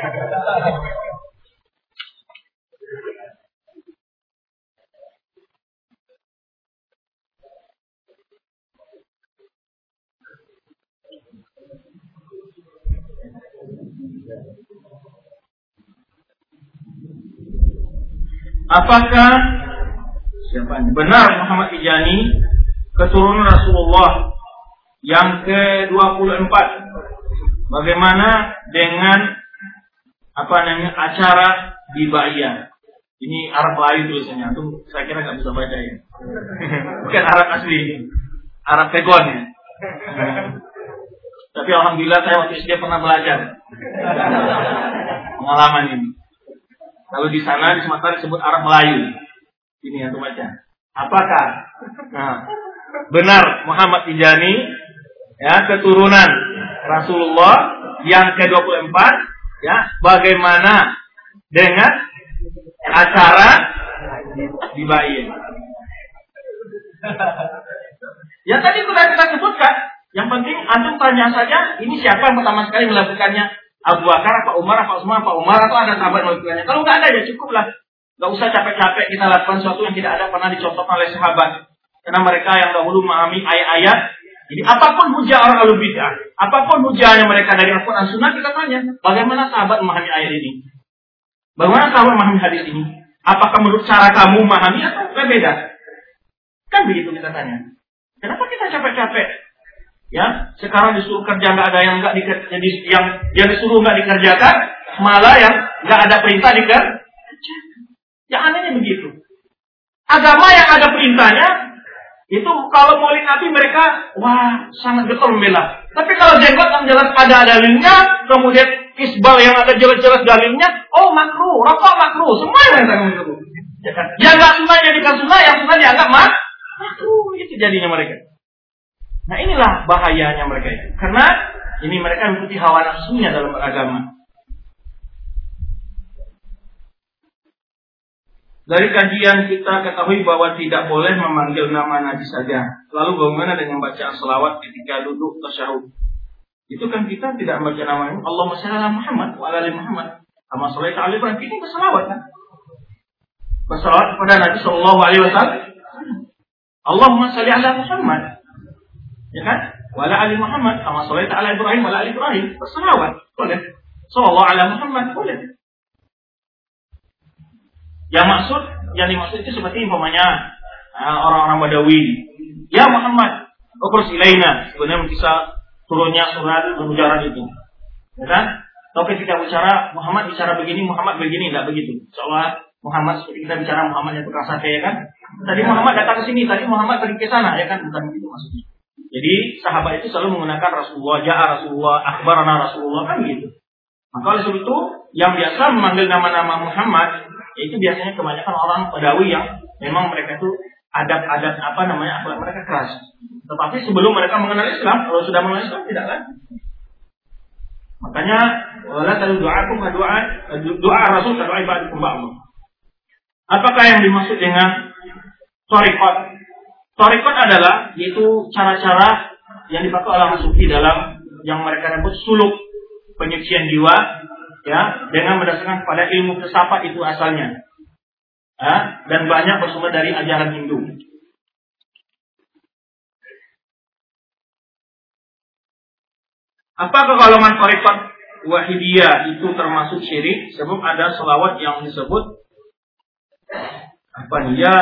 Apakah siapa ini? Benar Muhammad Ijani keturunan Rasulullah yang ke dua puluh empat? Bagaimana dengan apa namanya acara di Baiyah? Ini Arab lain tulisannya. Itu saya kira nggak bisa baca ya. Bukan Arab asli, Arab Tegon ya. Tapi alhamdulillah saya waktu S D pernah belajar pengalaman ini. Kalau di sana di Sumatera disebut Arab Melayu. Ini yang baca. Apakah nah, benar Muhammad Ijani ya keturunan Rasulullah yang ke dua puluh empat ya, bagaimana dengan acara di Baiyah? Yang tadi sudah kita sebutkan, yang penting antum tanya saja, ini siapa yang pertama sekali melakukannya? Abu Bakar, apa Umar, apa Utsman, apa Umar, atau ada sahabat melakukannya? Kalau nggak ada ya cukuplah. Nggak usah capek-capek kita lakukan sesuatu yang tidak ada pernah dicontohkan oleh sahabat. Karena mereka yang dahulu memahami ayat-ayat. Jadi apapun hujah orang ahlu bid'ah, apapun hujahnya mereka dari Al-Quran Sunnah, kita tanya, bagaimana sahabat memahami ayat ini? Bagaimana sahabat memahami hadis ini? Apakah menurut cara kamu memahami atau berbeda? Kan begitu kita tanya. Kenapa kita capek-capek? Ya, sekarang disuruh kerja nggak ada yang nggak dikerjakan, yang yang disuruh nggak dikerjakan, malah yang nggak ada perintah dikerjakan. Yang anehnya begitu. Agama yang ada perintahnya itu kalau maulid Nabi mereka wah sangat getol membela. Tapi kalau jenggot yang jelas ada dalilnya, kemudian isbal yang ada jelas-jelas dalilnya, oh makruh, rokok makruh, semua yang tanggung itu. Yang nggak sunnah jadikan sunnah, yang sunnah dianggap mak makruh, itu jadinya mereka. Nah inilah bahayanya mereka itu. Karena ini mereka mengikuti hawa nafsunya dalam beragama. Dari kajian kita ketahui bahwa tidak boleh memanggil nama Nabi saja. Lalu bagaimana dengan bacaan selawat ketika duduk tasyahud? Itu kan kita tidak membaca nama Allahumma shalli ala Muhammad wa ala ali Muhammad. Kama shallaita ala Ibrahim, kita berselawat kan? Berselawat kepada Nabi sallallahu alaihi wasallam. Allahumma shalli ala Muhammad. Ya kan? Wa ala ali Muhammad, kama shallaita ala Ibrahim wa ala ali Ibrahim. Berselawat, boleh. Sallallahu ala Muhammad, boleh. Yang maksud, yang dimaksud itu seperti umpamanya orang-orang Badawi. Ya Muhammad, ukhruj ilaina. Sebenarnya bisa turunnya surat Al-Hujurat itu. Ya kan? Tapi ketika bicara Muhammad bicara begini, Muhammad begini, enggak begitu. Seolah Muhammad seperti kita bicara Muhammad yang tukang sate, ya kan? Tadi Muhammad datang ke sini, tadi Muhammad pergi ke sana, ya kan? Bukan begitu maksudnya. Jadi sahabat itu selalu menggunakan Rasulullah, ja'a Rasulullah, akhbarana Rasulullah, kan gitu. Maka oleh sebab itu yang biasa memanggil nama-nama Muhammad itu biasanya kebanyakan orang Badawi yang memang mereka itu adab-adab apa namanya akhlak mereka keras. Tetapi sebelum mereka mengenal Islam, kalau sudah mengenal Islam tidak kan? Makanya wala talu du'akum doa doa Rasul doa ibadatum ba'd. Apakah yang dimaksud dengan thariqat? Thariqat adalah yaitu cara-cara yang dipakai oleh orang sufi dalam yang mereka sebut suluk penyucian jiwa, ya, dengan berdasarkan pada ilmu filsafat itu asalnya. Ya, dan banyak bersumber dari ajaran Hindu. Apakah golongan thariqat Wahidiyah itu termasuk syirik? Sebab ada selawat yang disebut apa nih ya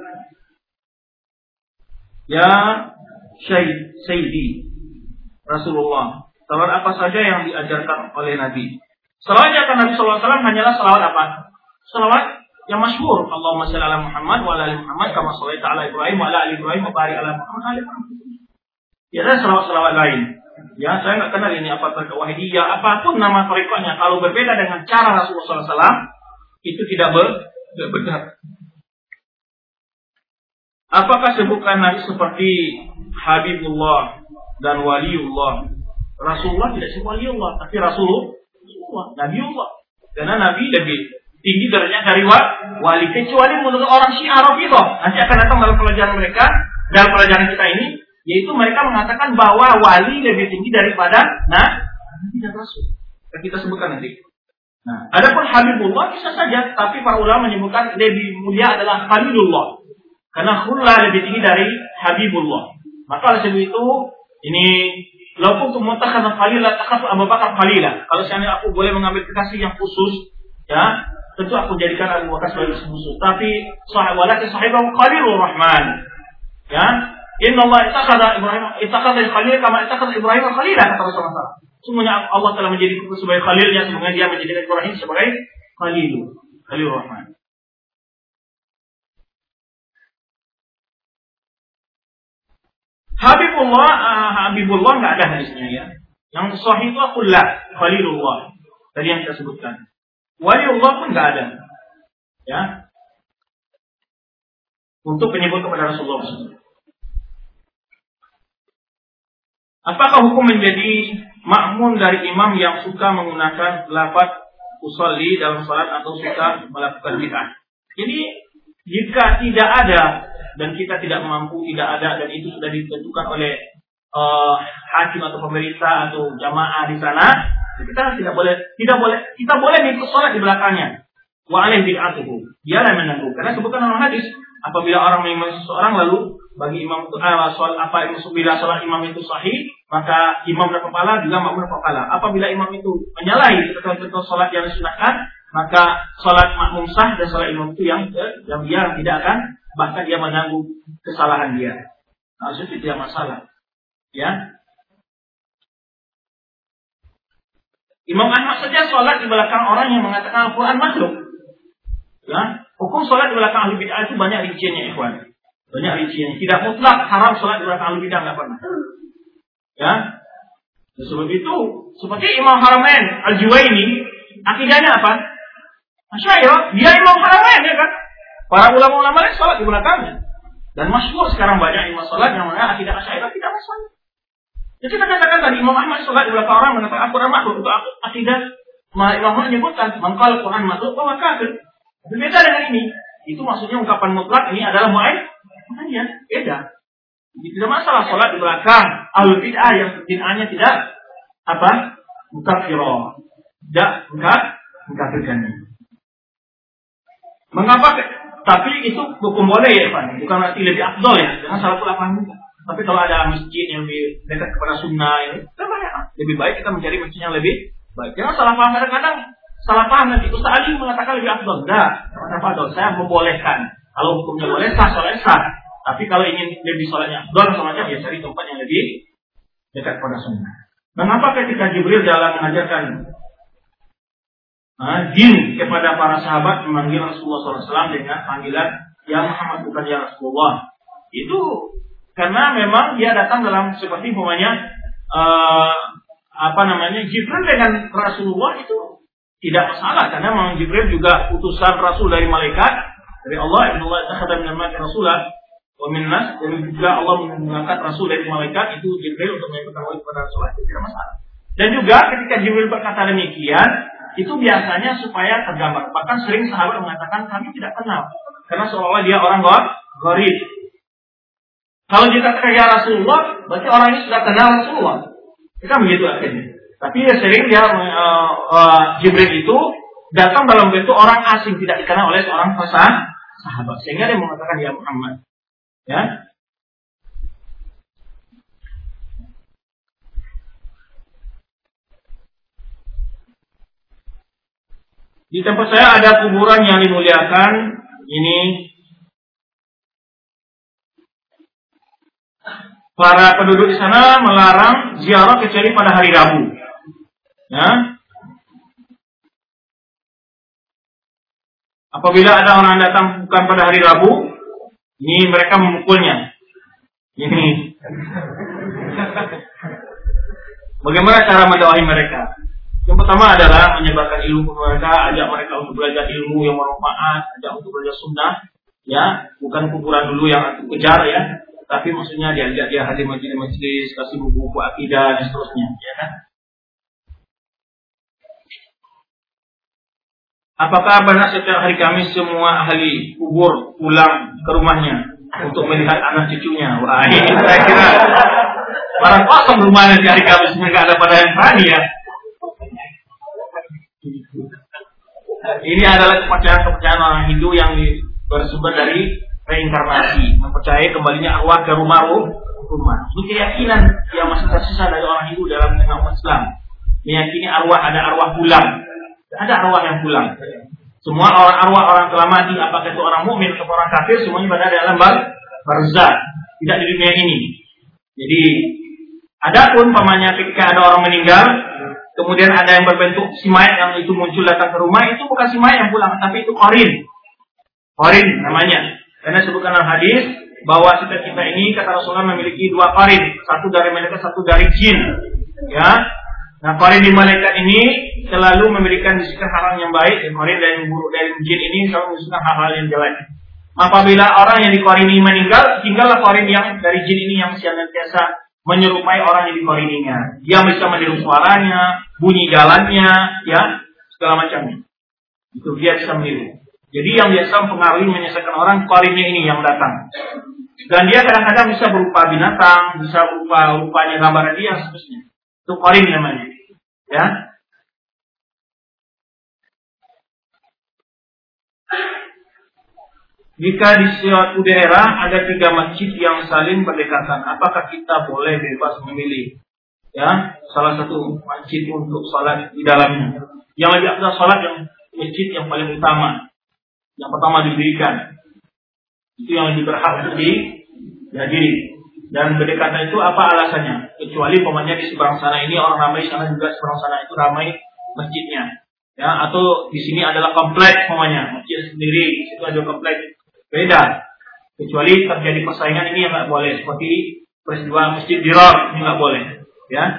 ya Syed Sayyidi Rasulullah. Selawat apa saja yang diajarkan oleh Nabi? Selawat yang akan Nabi sallallahu alaihi wasallam hanyalah selawat apa? Selawat yang masyhur, Allahumma shalli ala Muhammad wa ala ali Muhammad kama shallaita ala Ibrahim wa ala ali Ibrahim wa barik ala Muhammad wa ala ali Muhammad. Ya, ada selawat-selawat lain. Ya, saya enggak kenal ini apa thariqah Wahidiyah, apapun nama thariqahnya, kalau berbeda dengan cara Rasulullah sallallahu alaihi wasallam itu tidak benar. Apakah sebutan Nabi seperti Habibullah dan Waliullah? Rasulullah tidak seperti Waliullah, tapi Rasulullah, Nabiullah. Karena Nabi lebih tinggi derajat dari wali, kecuali menurut orang Syiah Rafidhah. Nanti akan datang dalam pelajaran mereka, dalam pelajaran kita ini, yaitu mereka mengatakan bahwa wali lebih tinggi daripada nah, tidak Rasul. Kita sebutkan nanti. Nah, adapun Habibullah bisa saja, tapi para ulama menyebutkan lebih mulia adalah Khalilullah. Karena khullah lebih tinggi dari Habibullah. Maka oleh sebab itu, ini lau kuntu muttakhadhan khalila takhadtu Abu Bakar khalila. Kalau seandainya aku boleh mengambil kekasih yang khusus, ya, tentu aku jadikan Abu Bakar sebagai khusus. Tapi sahib walakin sahibahu Khalilur Rahman. Ya, inna Allah ittakhadha Ibrahim ittakhadha khalil kama ittakhadha Ibrahim khalila kata Rasulullah. Sungguhnya Allah telah menjadikan sebagai khalilnya, sungguhnya dia menjadikan Ibrahim sebagai Khalil, Khalilur Rahman. Habibullah, uh, Habibullah enggak ada hadisnya ya. Yang sahih itu khullah, Khalilullah. Tadi yang saya sebutkan. Waliullah pun enggak ada. Ya. Untuk penyebut kepada Rasulullah. Apakah hukum menjadi makmum dari imam yang suka menggunakan lafaz usolli dalam salat atau suka melakukan bid'ah? Jadi jika tidak ada dan kita tidak mampu, tidak ada, dan itu sudah ditentukan oleh uh, hakim atau pemerintah atau jamaah di sana, kita tidak boleh, tidak boleh, kita boleh ikut sholat di belakangnya. Wa alaih bid'atuhu, dialah yang menentu. Karena sebutkan dalam hadis, apabila orang mengimami seseorang lalu bagi imam itu uh, sholat apa bila sholat imam itu sahih, maka imam berkepala juga makmum berkepala. Apabila imam itu menyalahi ketentuan sholat yang disunahkan, maka sholat makmum sah dan sholat imam itu yang yang dia tidak akan, bahkan dia menanggung kesalahan dia. Nah, itu tidak masalah. Ya. Imam Ahmad saja sholat di belakang orang yang mengatakan Al-Quran makhluk. Ya. Hukum sholat di belakang ahli bid'ah itu banyak rinciannya, ikhwan. Banyak rinciannya. Tidak mutlak haram sholat di belakang ahli bid'ah, nggak pernah. Ya. Dan sebab itu, seperti Imam Haramain Al-Juwaini, akidahnya apa? Asy'ariyah, dia Imam Haramain, ya kan? Para ulama-ulama lain sholat di belakangnya. Dan masyhur sekarang banyak imam sholat yang mengatakan akidah Asy'ariyah tidak masalah. Jadi kita katakan tadi Imam Ahmad sholat di belakang orang mengatakan Al-Quran makhluk, untuk akidah Imam Ahmad menyebutkan mengkal Al-Quran makhluk bahwa kafir. Berbeda dengan ini. Itu maksudnya ungkapan mutlak ini adalah mu'ayyad. Makanya beda. Jadi tidak masalah sholat di belakang ahlul bid'ah yang bid'ahnya tidak apa? Mukafirah. Tidak enggak mengkafirkannya. Mengapa? Tapi itu hukum boleh ya, Pak. Bukan berarti lebih afdol ya. Jangan salah paham juga. Tapi kalau ada masjid yang lebih dekat kepada sunnah ini, lebih baik kita mencari masjid yang lebih baik. Jangan salah paham. Kadang-kadang salah paham nanti Ustaz Ali mengatakan lebih afdol. Enggak. Kenapa afdol? Saya membolehkan. Kalau hukumnya boleh sah, sholatnya sah. Tapi kalau ingin lebih sholatnya afdol, sholatnya ya cari tempat yang lebih dekat kepada sunnah. Mengapa ketika Jibril dalam mengajarkan Nah, jin kepada para sahabat memanggil Rasulullah shallallahu alaihi wasallam dengan panggilan Ya Muhammad, bukan Ya Rasulullah. Itu karena memang dia datang dalam seperti umpamanya uh, apa namanya Jibril dengan Rasulullah itu tidak masalah, karena memang Jibril juga utusan Rasul dari malaikat dari Allah. Inna Allah takhadha min al-malaikati rasulan wa min nas, dan juga Allah mengangkat Rasul dari malaikat itu Jibril untuk menyampaikan wahyu kepada Rasulullah, itu tidak masalah. Dan juga ketika Jibril berkata demikian, itu biasanya supaya tergambar. Bahkan sering sahabat mengatakan kami tidak kenal, karena seolah-olah dia orang gharib. Kalau dikatakan ya Rasulullah, berarti orang ini sudah kenal Rasulullah. Itu kan begitu akhirnya. Tapi ya sering dia uh, uh, Jibril itu datang dalam bentuk orang asing, tidak dikenal oleh seorang sahabat, sehingga dia mengatakan ya Muhammad. Ya. Di tempat saya ada kuburan yang dimuliakan. Ini para penduduk di sana melarang ziarah kecuali pada hari Rabu. Ya. Apabila ada orang datang bukan pada hari Rabu, ini mereka memukulnya. Ini. Bagaimana cara mendakwahi mereka? Yang pertama adalah menyebarkan ilmu kepada mereka, ajak mereka untuk belajar ilmu yang bermanfaat, ajak untuk belajar sunnah, ya, bukan kuburan dulu yang aku kejar ya, tapi maksudnya diajak dia hadir majelis-majelis, kasih buku-buku akidah dan seterusnya, ya kan? Apakah benar setiap hari Kamis semua ahli kubur pulang ke rumahnya untuk melihat anak cucunya? Wah, ini saya kira barang kosong rumahnya di hari Kamis, nggak ada pada yang berani ya. Ini adalah kepercayaan-kepercayaan orang Hindu yang bersumber dari reinkarnasi, mempercayai kembalinya arwah ke rumah rumah. Ini keyakinan yang masih tersisa dari orang Hindu dalam umat Islam. Meyakini arwah, ada arwah pulang, ada arwah yang pulang. Semua orang arwah orang telah mati, apakah itu orang mukmin atau orang kafir, semuanya berada dalam barzah, tidak di dunia ini. Jadi, adapun pamannya ketika ada orang meninggal, kemudian ada yang berbentuk si mayat yang itu muncul datang ke rumah, itu bukan si mayat yang pulang, tapi itu qarin. Qarin namanya. Karena sebutkan dalam hadis bahwa setiap kita ini kata Rasulullah memiliki dua qarin, satu dari malaikat, satu dari jin. Ya. Nah, qarin di malaikat ini selalu memberikan bisikan hal yang baik, dan qarin dari buruk dari jin ini selalu membisikan hal-hal yang jelek. Apabila orang yang di qarin ini meninggal, tinggallah qarin yang dari jin ini yang senantiasa menyerupai orang yang dikorininya. Dia bisa meniru suaranya, bunyi jalannya, ya, segala macamnya. Itu dia bisa meniru. Jadi yang biasa mempengaruhi menyelesaikan orang, korinnya ini yang datang. Dan dia kadang-kadang bisa berupa binatang, bisa berupa rupanya gambaran dia, seterusnya. Itu korin namanya. Ya. Jika di suatu daerah ada tiga masjid yang saling berdekatan, apakah kita boleh bebas memilih, ya, salah satu masjid untuk salat di dalamnya? Yang lebih afdal salat yang masjid yang paling utama, yang pertama didirikan, itu yang lebih berhak untuk dihadiri. Dan berdekatan itu apa alasannya? Kecuali umpamanya di seberang sana ini orang ramai, sana juga seberang sana itu ramai masjidnya, ya, atau di sini adalah kompleks umpamanya, masjid sendiri, di situ ada kompleks. Beda. Kecuali terjadi persaingan, ini yang nggak boleh. Seperti peristiwa masjid Dirar, ini nggak boleh. Ya.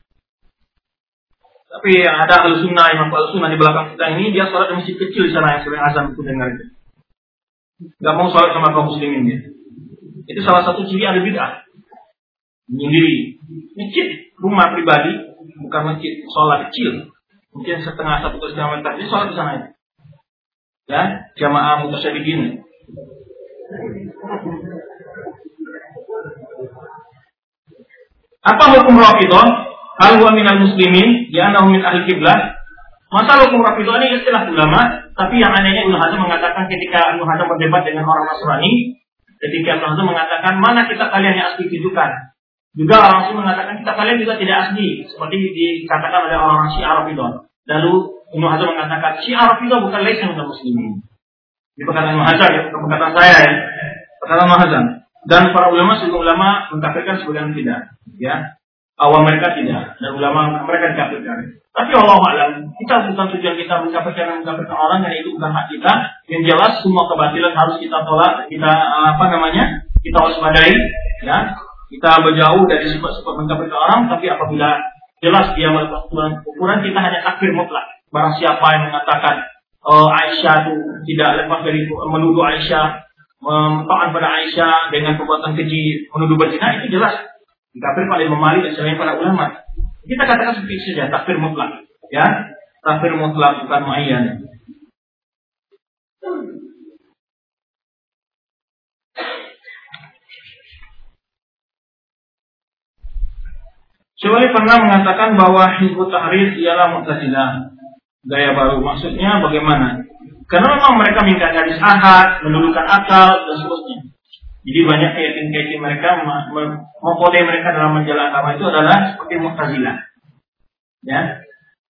Tapi yang ada Ahlussunnah, Imam Ahlussunnah di belakang kita ini, dia sholat di masjid kecil di sana yang sering azan itu dengar itu. Nggak mau sholat sama kaum muslimin dia. Itu salah satu ciri ada bid'ah. Menyendiri. Masjid rumah pribadi, bukan masjid sholat kecil. Mungkin setengah satu ke setengah meter. Dia sholat di sana. Ya, jamaah mutasyabbihin. Apa hukum Rafidhah? hal huwa minal muslimin ya annahu min ahli qiblah. Masalah hukum Rafidhah ini istilah ulama, tapi yang anehnya Ibnu Hazm mengatakan ketika Ibnu Hazm berdebat dengan orang Nasrani, ketika Ibnu Hazm mengatakan mana kita kalian yang asli tunjukkan. Juga orang Syiah mengatakan kita kalian juga tidak asli, seperti dikatakan oleh orang-orang Syiah Rafidhah. Lalu Ibnu Hazm mengatakan Syiah Rafidhah bukan laisa minal muslimin. Ini perkataan Ibnu Hazm ya, perkataan saya ya. Perkataan Ibnu Hazm. Dan para ulama sebagian ulama mengkafirkan, sebagian tidak, ya. Awam mereka tidak, dan ulama mereka dikafirkan. Tapi Allah alam, kita bukan tujuan kita mengkafirkan dan mengkafirkan orang, dan itu bukan hak kita. Yang jelas semua kebatilan harus kita tolak, kita apa namanya, kita waspadai, ya. Kita berjauh dari sifat-sifat mengkafirkan orang. Tapi apabila jelas dia melakukan ukuran, kita hanya takfir mutlak. Barang siapa yang mengatakan uh, Aisyah itu tidak lepas dari menuduh Aisyah, taat pada Aisyah dengan perbuatan keji, menuduh berzina, itu jelas dikafir oleh Imam Malik dan selain para ulama. Kita katakan seperti itu saja, takfir mutlak, ya, takfir mutlak bukan muayyan. Syawali pernah mengatakan bahwa Hizbut Tahrir ialah Mu'tazilah, gaya baru. Maksudnya bagaimana? Karena memang mereka mengingkari hadis ahad, menundukkan akal dan seterusnya. Jadi banyak keyakinan-keyakinan mereka, mengkode mereka dalam menjalankan agama itu adalah seperti Mu'tazilah. Ya.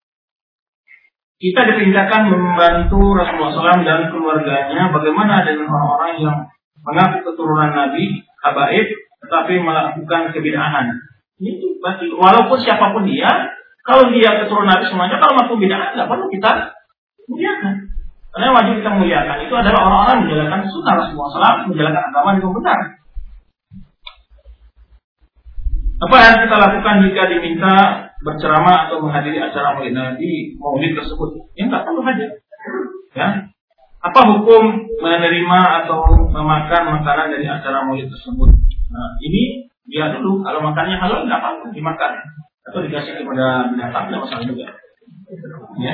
Kita diperintahkan membantu Rasulullah shallallahu alaihi wasallam dan keluarganya. Bagaimana dengan orang-orang yang mengaku keturunan Nabi, habaib, tetapi melakukan kebid'ahan? Ini berarti walaupun siapapun dia, kalau dia keturunan Nabi semuanya, kalau melakukan bid'ah, tidak perlu kita muliakan. Karena yang wajib kita muliakan itu adalah orang-orang yang menjalankan sunnah Rasulullah shallallahu alaihi wasallam, menjalankan agama dengan benar. Apa yang kita lakukan jika diminta berceramah atau menghadiri acara maulid Nabi, maulid tersebut? Yang tak perlu hajat. Ya. Apa hukum menerima atau memakan makanan dari acara maulid tersebut? Nah, ini dia dulu. Kalau makannya halal, tidak apa-apa dimakan. Atau dikasih kepada binatang, tidak masalah juga. Ya.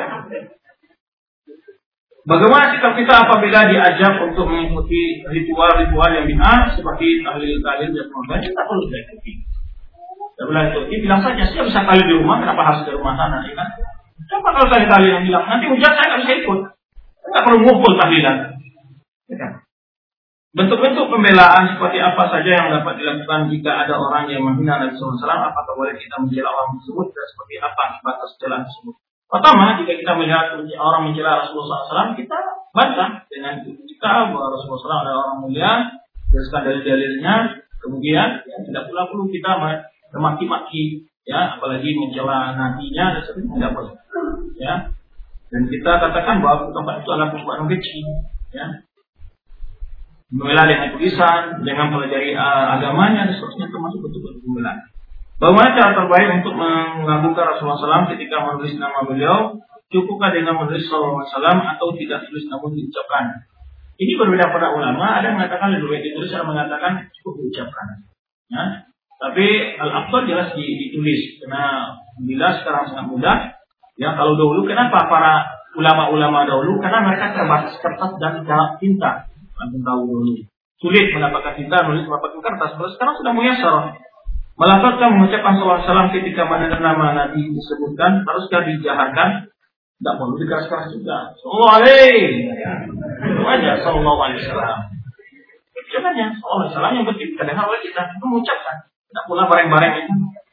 Bagaimana sikap kita apabila diajak untuk mengikuti ritual-ritual yang bid'ah seperti tahlil-tahlil dan sebagainya? Kita perlu diikuti. Tidak boleh ikuti. Bilang saja, saya bisa tahlil di rumah, kenapa harus ke rumah sana? Ya kan? Coba kalau tahlil-tahlil yang bilang, nanti hujan saya nggak bisa ikut. Saya nggak perlu ngumpul tahlilan. Ya kan? Bentuk-bentuk pembelaan seperti apa saja yang dapat dilakukan jika ada orang yang menghina Nabi shallallahu alaihi wasallam? Apakah boleh kita mencela orang tersebut dan seperti apa batas celaan tersebut? Pertama, jika kita melihat orang mencela Rasulullah shallallahu alaihi wasallam, kita bantah dengan kita bahwa Rasulullah shallallahu alaihi wasallam adalah orang mulia, berdasarkan dalil-dalilnya. Kemudian, ya, tidak pula perlu kita memaki-maki, ya, apalagi mencela nabinya dan sebagainya, tidak perlu. Ya, dan kita katakan bahwa tempat itu adalah perbuatan keji, ya, membela dengan tulisan, dengan pelajari uh, agamanya dan seterusnya, termasuk bentuk-bentuk pembelaan. Bagaimana cara terbaik untuk mengagungkan Rasulullah shallallahu alaihi wasallam ketika menulis nama beliau? Cukupkah dengan menulis sallallahu alaihi wasallam atau tidak tulis namun diucapkan? Ini berbeda pada ulama. Ada yang mengatakan lebih baik ditulis, ada yang mengatakan cukup diucapkan. Ya. Tapi al-afdal jelas ditulis, karena bila sekarang sangat mudah. Ya, kalau dahulu kenapa para ulama-ulama dahulu? Karena mereka terbatas kertas dan tinta. Antum tahu dulu. Sulit mendapatkan tinta, nulis mendapatkan kertas. Terus sekarang sudah muyassar. Melafazkan mengucapkan sallallahu alaihi wasallam ketika mendengar nama Nabi disebutkan, haruskah dijaharkan? Tidak perlu dikeras-keras juga. Sallallahu alaihi. Itu aja sallallahu alaihi wasallam. Ucapannya sallallahu alaihi wasallam yang penting kita dengar oleh kita, mengucapkan. Tidak pula bareng-bareng itu.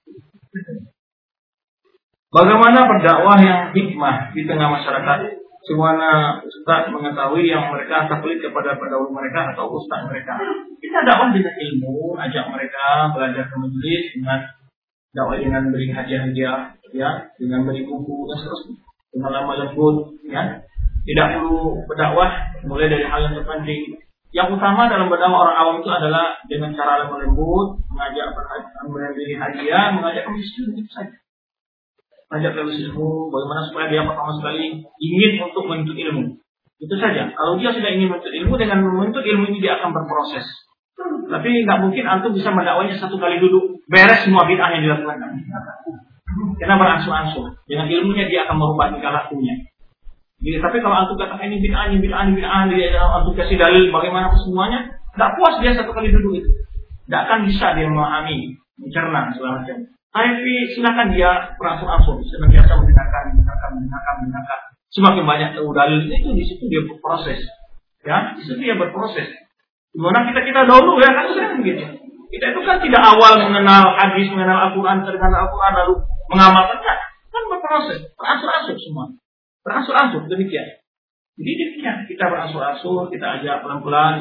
Bagaimana berdakwah yang hikmah di tengah masyarakat? Semua ustaz mengetahui yang mereka taklid kepada pendahulu mereka atau ustaz mereka. Kita dakwah dengan ilmu, ajak mereka belajar ke majelis, dengan dakwah dengan beri hadiah-hadiah, ya, dengan beri buku dan seterusnya, dengan lama lembut, ya. Tidak perlu berdakwah mulai dari hal yang terpenting. Yang utama dalam berdakwah orang awam itu adalah dengan cara lemah lembut, mengajak memberi hadiah, mengajak ke masjid, itu saja. Ajak ke ilmu, bagaimana supaya dia pertama sekali ingin untuk menuntut ilmu. Itu saja. Kalau dia sudah ingin menuntut ilmu, dengan menuntut ilmu ini dia akan berproses. Tapi nggak mungkin antum bisa mendakwanya satu kali duduk beres semua bid'ah yang dilakukan. Karena beransur-ansur. Dengan ilmunya dia akan merubah tingkah lakunya. Jadi, tapi kalau antum katakan ini bid'ah, ini bid'ah, ini bid'ah, dia antum kasih dalil bagaimana semuanya, nggak puas dia satu kali duduk itu. Nggak akan bisa dia memahami, mencerna segala macam. Tapi silakan dia beransur-ansur, senantiasa mendengarkan, mendengarkan, mendengarkan, mendengarkan. Semakin banyak tahu dalil itu, di situ dia berproses. Ya, di situ dia berproses. Gimana kita kita dahulu ya kan sering begitu. Kita itu kan tidak awal mengenal hadis, mengenal Al-Quran, terkenal Al-Quran lalu mengamalkan, kan, kan berproses, beransur-ansur semua, beransur-ansur demikian. Jadi demikian, kita beransur-ansur, kita ajak pelan-pelan.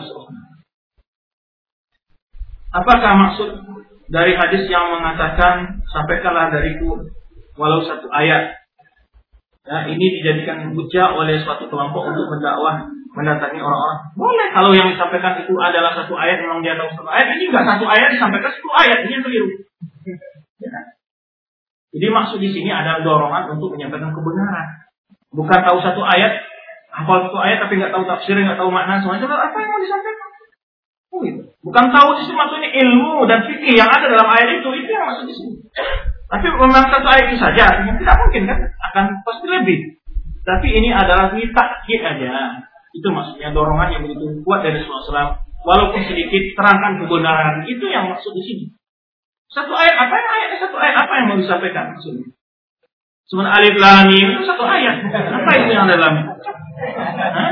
Apakah maksud dari hadis yang mengatakan sampaikanlah dariku walau satu ayat? Ya, ini dijadikan hujah oleh suatu kelompok untuk berdakwah mendatangi orang-orang. Boleh kalau yang disampaikan itu adalah satu ayat, memang dia tahu satu ayat. Ini enggak satu ayat disampaikan sepuluh ayat, ini yang keliru. Ya. Jadi maksud di sini adalah dorongan untuk menyampaikan kebenaran. Bukan tahu satu ayat, hafal satu ayat tapi nggak tahu tafsir, nggak tahu makna semuanya. Apa yang mau disampaikan? Oh, gitu. Bukan tahu di sini maksudnya ilmu dan fikih yang ada dalam ayat itu, itu yang maksud di sini. Tapi memang satu ayat itu saja, tidak mungkin kan? Akan pasti lebih. Tapi ini adalah takkid aja. Itu maksudnya dorongan yang begitu kuat dari Rasulullah shallallahu alaihi wasallam. Walaupun sedikit terangkan kebenaran, itu yang maksud di sini. Satu ayat apa yang ayatnya satu ayat apa yang mau disampaikan maksudnya? Sebenarnya alif lam mim itu satu ayat. Apa itu yang ada dalamnya? Hah?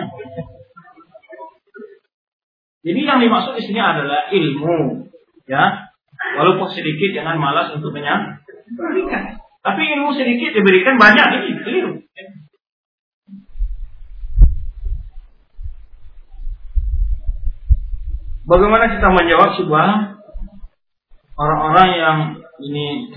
Jadi yang dimaksud di sini adalah ilmu, ya. Walaupun sedikit, jangan malas untuk menyampaikan. Tapi ilmu sedikit diberikan banyak, ini keliru. Bagaimana kita menjawab sebuah orang-orang yang ini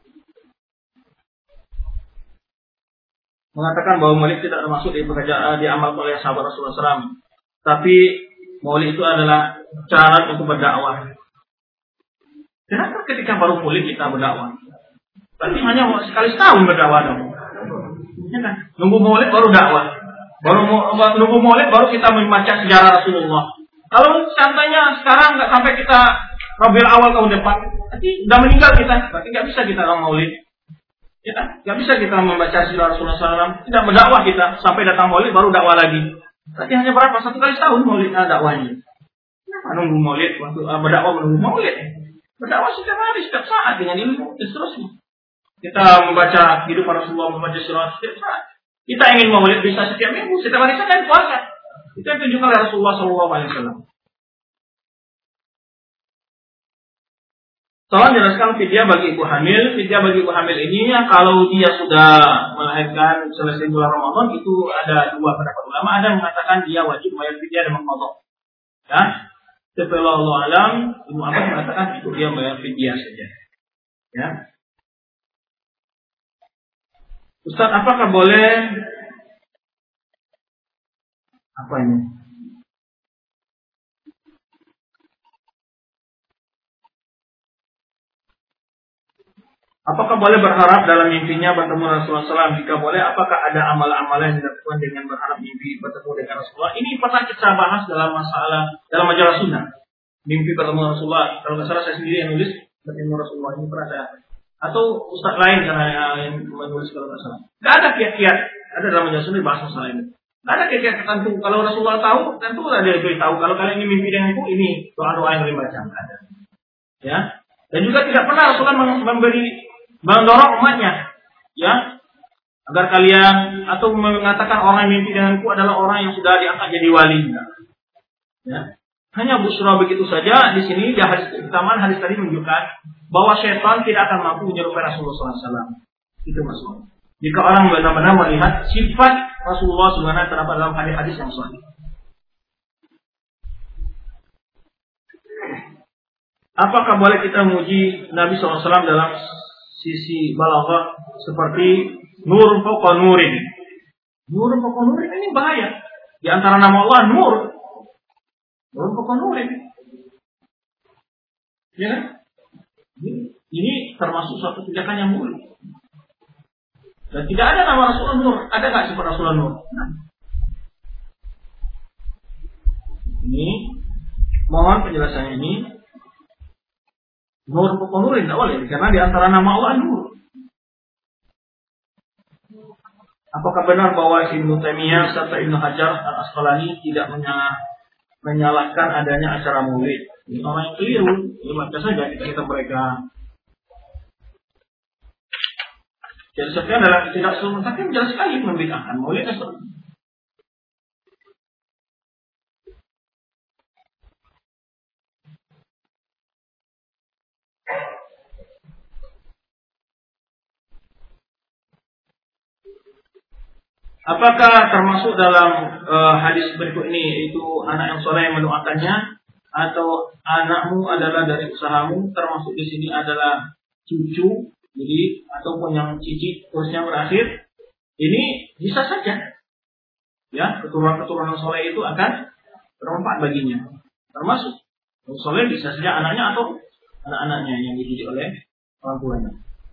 mengatakan bahwa maulid tidak termasuk di pekerjaan diamalkan oleh sahabat Rasulullah shallallahu alaihi wasallam, tapi maulid itu adalah cara untuk berdakwah. Kenapa ketika baru maulid kita berdakwah? Berarti hanya sekali setahun berdakwah dong. Ya kan? Nunggu maulid baru dakwah. Baru nunggu maulid baru kita membaca sejarah Rasulullah. Kalau santainya sekarang nggak sampai kita Rabiul Awal tahun depan, nanti udah meninggal kita, berarti nggak bisa kita orang maulid. Ya kan? Nggak bisa kita membaca sejarah Rasulullah shallallahu alaihi wasallam. Tidak berdakwah kita sampai datang maulid baru dakwah lagi. Berarti hanya berapa? Satu kali setahun maulid dakwahnya. Kenapa nunggu maulid waktu uh, berdakwah menunggu maulid? Berdakwah setiap hari, setiap saat dengan ilmu dan seterusnya. Kita membaca hidup Rasulullah, membaca sirah setiap saat. Kita ingin maulid bisa setiap minggu, setiap hari Senin puasa. Itu yang ditunjukkan oleh Rasulullah shallallahu alaihi wasallam. Tolong jelaskan fidyah bagi ibu hamil. Fidyah bagi ibu hamil ini ya, kalau dia sudah melahirkan selesai bulan Ramadan, itu ada dua pendapat ulama. Ada yang mengatakan dia wajib bayar fidyah dan mengqadha. Ya, setelah Allah alam, Ibnu Abbas mengatakan itu dia bayar fidyah saja. Ya. Ustaz, apakah boleh apa ini? Apakah boleh berharap dalam mimpinya bertemu Rasulullah shallallahu alaihi wasallam? Jika boleh, apakah ada amal-amalan yang dilakukan dengan berharap mimpi bertemu dengan Rasulullah? Ini pernah kita bahas dalam masalah dalam majalah sunnah. Mimpi bertemu Rasulullah. Kalau nggak salah saya sendiri yang nulis bertemu Rasulullah, ini pernah saya. Atau ustaz lain karena yang menulis kalau nggak salah. Nggak ada kiat-kiat. Ada dalam majalah sunnah bahas masalah ini. Nggak ada kiat-kiat tertentu. Kalau Rasulullah tahu, tentu dia beritahu. Kalau kalian ini mimpi denganku, ini doa-doa yang dibaca. Ada. Ya. Dan juga tidak pernah Rasulullah memberi mendorong umatnya, ya, agar kalian atau mengatakan orang yang mimpi denganku adalah orang yang sudah diangkat jadi wali. Ya. Hanya busra begitu saja. Di sini di hadis pertama hadis tadi menunjukkan bahwa syaitan tidak akan mampu menyerupai Rasulullah shallallahu alaihi wasallam. Itu maksudnya. Jika orang benar-benar melihat sifat Rasulullah sebagaimana terdapat dalam hadis-hadis yang sahih. Apakah boleh kita memuji Nabi shallallahu alaihi wasallam dalam sisi balaghah seperti nur fawqa nurin? Nur fawqa nurin ini bahaya. Di antara nama Allah nur. Nur fawqa nurin. Ya kan? Ini termasuk suatu tindakan yang buruk. Dan tidak ada nama Rasulullah nur. Ada nggak sifat Rasulullah nur? Nah. Ini mohon penjelasannya ini. Nur fawqa nurin tidak boleh karena di antara nama Allah nur. Apakah benar bahwa Ibnu Taimiyah serta Ibnu Hajar Al-Asqalani tidak menyalahkan adanya acara maulid? Ini orang yang keliru. Ini maka saja kita kita mereka Jadi Sufyan dalam tidak Usul Mustaqim jelas sekali membid'ahkan maulid Rasul. Apakah termasuk dalam uh, hadis berikut ini itu anak yang soleh yang mendoakannya, atau anakmu adalah dari usahamu? Termasuk di sini adalah cucu, jadi ataupun yang cicit terusnya berakhir. Ini bisa saja, ya, keturunan-keturunan soleh itu akan bermanfaat baginya. Termasuk yang soleh bisa saja anaknya atau anak-anaknya yang dididik oleh orang tuanya.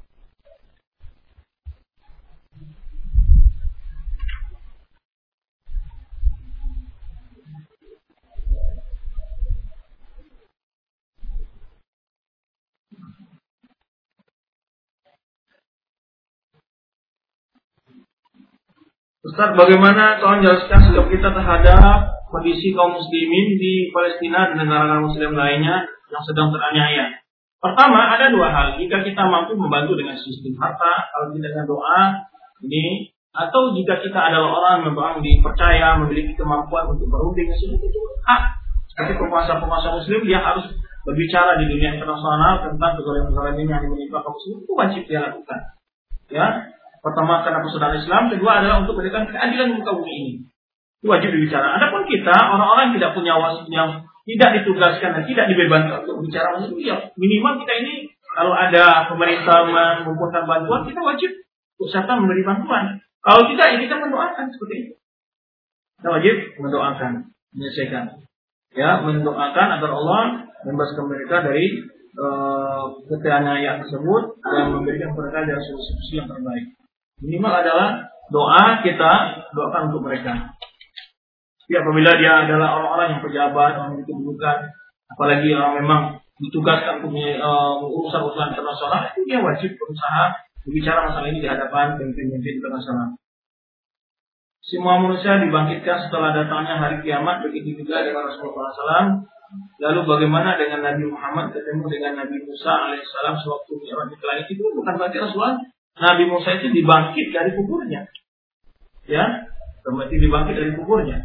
Ustaz, bagaimana tolong jelaskan sikap kita terhadap kondisi kaum muslimin di Palestina dan negara muslim lainnya yang sedang teraniaya? Pertama, ada dua hal. Jika kita mampu membantu dengan sistem harta, kalau kita dengan doa, ini, atau jika kita adalah orang yang memang dipercaya, memiliki kemampuan untuk berunding, itu hak. Seperti penguasa-penguasa muslim, dia harus berbicara di dunia internasional tentang kezaliman-kezaliman yang menimpa kaum muslim, itu wajib dia lakukan. Ya. Pertama karena persaudaraan Islam, kedua adalah untuk memberikan keadilan muka bumi ini. Itu wajib dibicara. Adapun kita, orang-orang yang tidak punya wasit, yang tidak ditugaskan dan tidak dibebankan untuk bicara muslim, ya minimal kita ini kalau ada pemerintah mengumpulkan bantuan, kita wajib untuk serta memberi bantuan. Kalau tidak, ya kita mendoakan seperti itu. Kita wajib mendoakan, menyelesaikan. Ya, mendoakan agar Allah membebaskan mereka dari uh, keteraniayaan tersebut dan memberikan mereka dari solusi yang terbaik. Minimal adalah doa, kita doakan untuk mereka. Tapi apabila dia adalah orang-orang yang pejabat, orang yang kedudukan, apalagi orang memang ditugaskan untuk uh, urusan-urusan internasional, itu dia wajib berusaha berbicara masalah ini di hadapan pemimpin-pemimpin internasional. Semua manusia dibangkitkan setelah datangnya hari kiamat, begitu juga dengan Rasulullah shallallahu alaihi wasallam. Lalu bagaimana dengan Nabi Muhammad ketemu dengan Nabi Musa alaihissalam sewaktu Mi'raj di langit? Itu bukan berarti Rasulullah Nabi Musa itu dibangkit dari kuburnya, ya, berarti dibangkit dari kuburnya.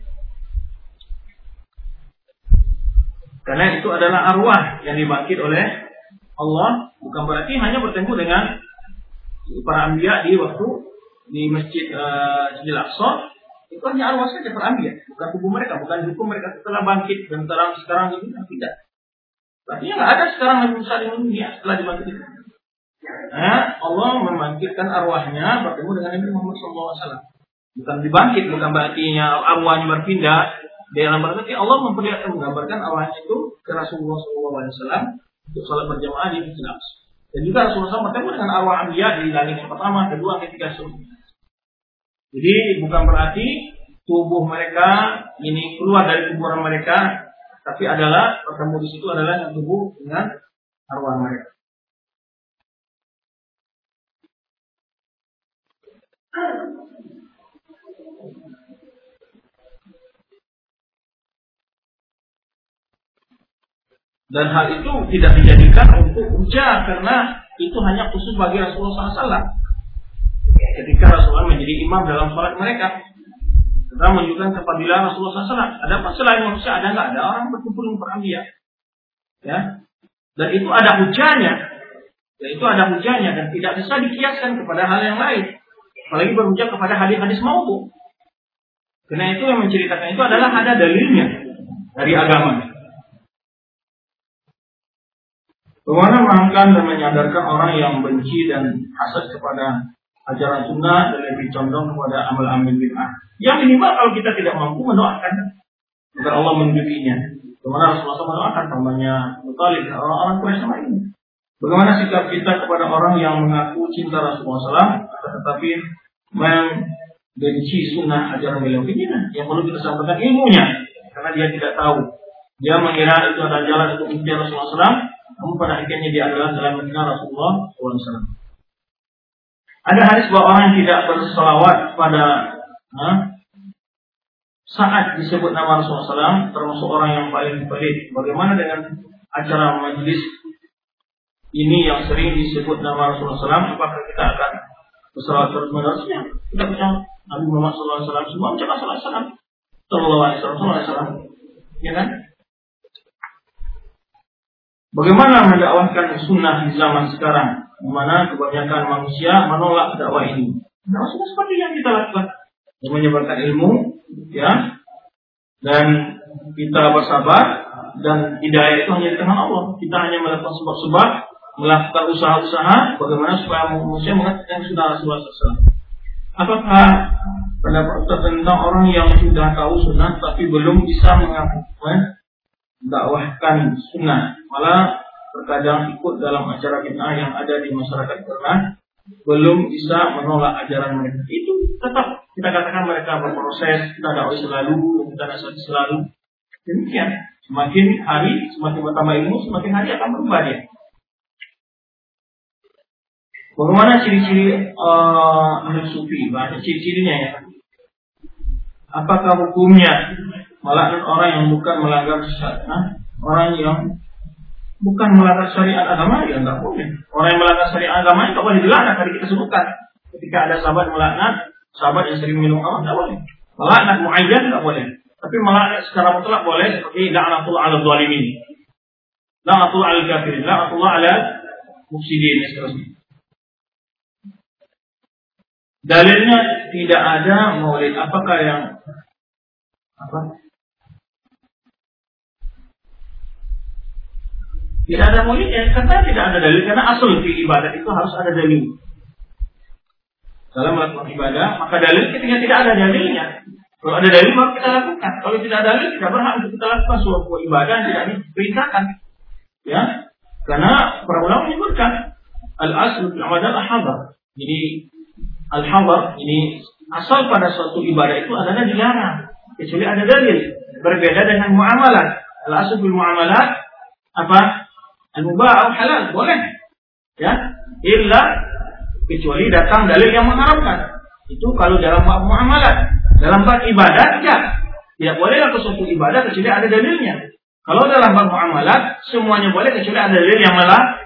Karena itu adalah arwah yang dibangkit oleh Allah, bukan berarti hanya bertemu dengan para anbiya di waktu di masjid uh, Al-Aqsa. Itu hanya arwah saja para anbiya, bukan tubuh mereka, bukan hukum mereka setelah bangkit dan sekarang sekarang ini tidak. Berarti nggak ada sekarang Nabi Musa di dunia setelah dibangkit itu. Nah, Allah membangkitkan arwahnya bertemu dengan Nabi Muhammad shallallahu alaihi wasallam. Bukan dibangkit, bukan berarti arwahnya berpindah. Dalam berarti Allah memperlihatkan, menggambarkan arwahnya itu ke Rasulullah shallallahu alaihi wasallam untuk salat berjamaah di Masjid Al-Aqsa. Dan juga Rasulullah shallallahu alaihi wasallam bertemu dengan arwah anbiya di langit yang pertama, kedua, ketiga, seterusnya. Jadi bukan berarti tubuh mereka ini keluar dari kuburan mereka, tapi adalah bertemu di situ adalah yang tubuh dengan arwah mereka. Dan hal itu tidak dijadikan untuk hujah, karena itu hanya khusus bagi Rasulullah shallallahu alaihi wasallam. Ketika Rasulullah menjadi imam dalam sholat mereka, kita menunjukkan kefadilan Rasulullah shallallahu alaihi wasallam. Adapun selain manusia ada nggak? Ada orang berkumpul dengan para anbiya, ya. Dan itu ada hujahnya, dan itu ada hujahnya dan tidak bisa dikiaskan kepada hal yang lain. Apalagi berhujah kepada hadis-hadis maudhu. Karena itu yang menceritakan itu adalah ada dalilnya dari agama. Bagaimana memahami dan menyadarkan orang yang benci dan hasad kepada ajaran sunnah dan lebih condong kepada amal-amal bid'ah? Yang minimal kalau kita tidak mampu mendoakan agar Allah menunjukinya. Bagaimana Rasulullah shallallahu alaihi wasallam mendoakan namanya Muthalib dan orang-orang Quraisy sama ini? Bagaimana sikap kita kepada orang yang mengaku cinta Rasulullah shallallahu alaihi wasallam tetapi membenci sunnah ajaran beliau? Ini yang perlu kita sampaikan ilmunya, karena dia tidak tahu. Dia mengira itu adalah jalan untuk mencari Rasulullah shallallahu alaihi wasallam, namun pada akhirnya dia adalah dalam mengenal Rasulullah shallallahu alaihi wasallam. Ada hadis bahwa orang yang tidak berselawat pada nah, saat disebut nama Rasulullah shallallahu alaihi wasallam termasuk orang yang paling pelit. Bagaimana dengan acara majelis ini yang sering disebut nama Rasulullah shallallahu alaihi wasallam? Apakah kita akan bersalawat terus menerusnya. Kita baca Nabi Muhammad Sallallahu Alaihi Wasallam, semua baca Sallallahu Alaihi Wasallam, Sallallahu Alaihi Wasallam, ya kan? Bagaimana mendakwahkan sunnah di zaman sekarang, di mana kebanyakan manusia menolak dakwah ini? Dakwah sunnah seperti yang kita lakukan, menyebarkan ilmu, ya, dan kita bersabar, dan hidayah itu hanya di tangan Allah. Kita hanya melakukan sebab-sebab, melakukan usaha-usaha, bagaimana supaya manusia mengatakan sunnah Rasulullah shallallahu alaihi wasallam. Apakah pendapat tentang orang yang sudah tahu sunnah tapi belum bisa mendakwahkan sunnah, malah terkadang ikut dalam acara bid'ah yang ada di masyarakat karena belum bisa menolak ajaran mereka? Itu tetap kita katakan mereka berproses, kita dakwah selalu, kita nasihati selalu. Demikian, semakin hari, semakin bertambah ilmu, semakin hari akan berubah dia. Bagaimana ciri-ciri uh, ahli sufi? Banyak ciri-cirinya ya. Apakah hukumnya melaknat orang yang bukan melanggar syariat, orang yang bukan melanggar syariat agama? Ya enggak boleh. Orang yang melanggar syariat agama itu boleh dilaknat. Tadi kita sebutkan. Ketika ada sahabat melaknat, sahabat yang sering minum khamr, enggak boleh. Melaknat muayyan enggak boleh. Tapi melaknat secara mutlak boleh, seperti la'natullah 'alal zalimin, la'natullah 'alal kafirin, la'natullah 'alal mufsidin, dan seterusnya. Dalilnya tidak ada maulid. Apakah yang apa? Tidak ada maulid ya, karena tidak ada dalil. Karena asal di ibadah itu harus ada dalil. Dalam melakukan ibadah, maka dalil ketika tidak ada dalilnya. Kalau ada dalil baru kita lakukan. Kalau tidak ada dalil, tidak berhak untuk kita lakukan suatu ibadah yang tidak diperintahkan. Ya, karena para ulama menyebutkan al-asl fil ibadah al-hadar. Jadi al-hadar ini asal pada suatu ibadah itu adalah dilarang kecuali ada dalil. Berbeda dengan muamalat. Al-asl fil muamalat apa? Al-mubah atau halal boleh. Ya, illa kecuali datang dalil yang mengharamkan. Itu kalau dalam bab muamalat. Dalam bab ibadah tidak. Tidak boleh lakukan suatu ibadah kecuali ada dalilnya. Kalau dalam bab muamalat semuanya boleh kecuali ada dalil yang melarang.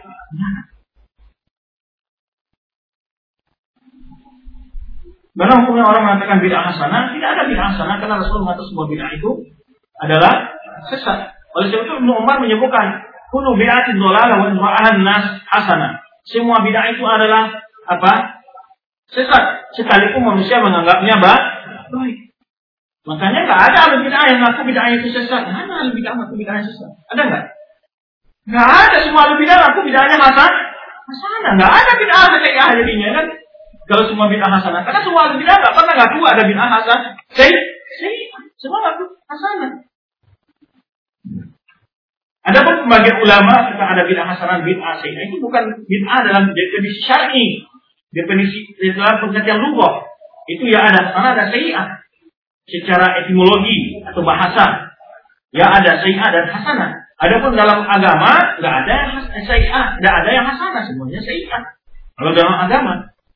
Karena hukumnya orang mengatakan bid'ah hasanah, tidak ada bid'ah hasanah karena Rasul mengatakan sebuah bid'ah itu adalah sesat. Oleh sebab itu Ibnu Umar menyebutkan kullu bid'atin dhalalah wa ra'ahan nas hasanah. Semua bid'ah itu adalah apa? Sesat. Sekalipun manusia menganggapnya baik. Makanya enggak ada ahli bid'ah yang ngaku bid'ah itu sesat. Mana ahli bid'ah ngaku bid'ah sesat? Ada enggak? Enggak ada. Semua ahli bid'ah ngaku bid'ahnya hasan. Hasanah. Enggak ada bid'ah sesat jadinya kan? Kalau semua bid'ah hasanah, karena semua ahli bid'ah enggak pernah ngaku ada bid'ah hasan. Saya, saya semua ngaku hasanah. Ada pun pembagian ulama tentang ada bid'ah hasanah, bid'ah sayyi'ah itu bukan bid'ah dalam definisi syar'i, definisi dalam pengertian lugah. Itu ya ada hasanah, ada sayyi'ah. Secara etimologi atau bahasa, ya ada sayyi'ah dan hasanah. Adapun dalam agama enggak ada yang sayyi'ah, enggak ada yang hasanah, semuanya sayyi'ah. Kalau dalam agama.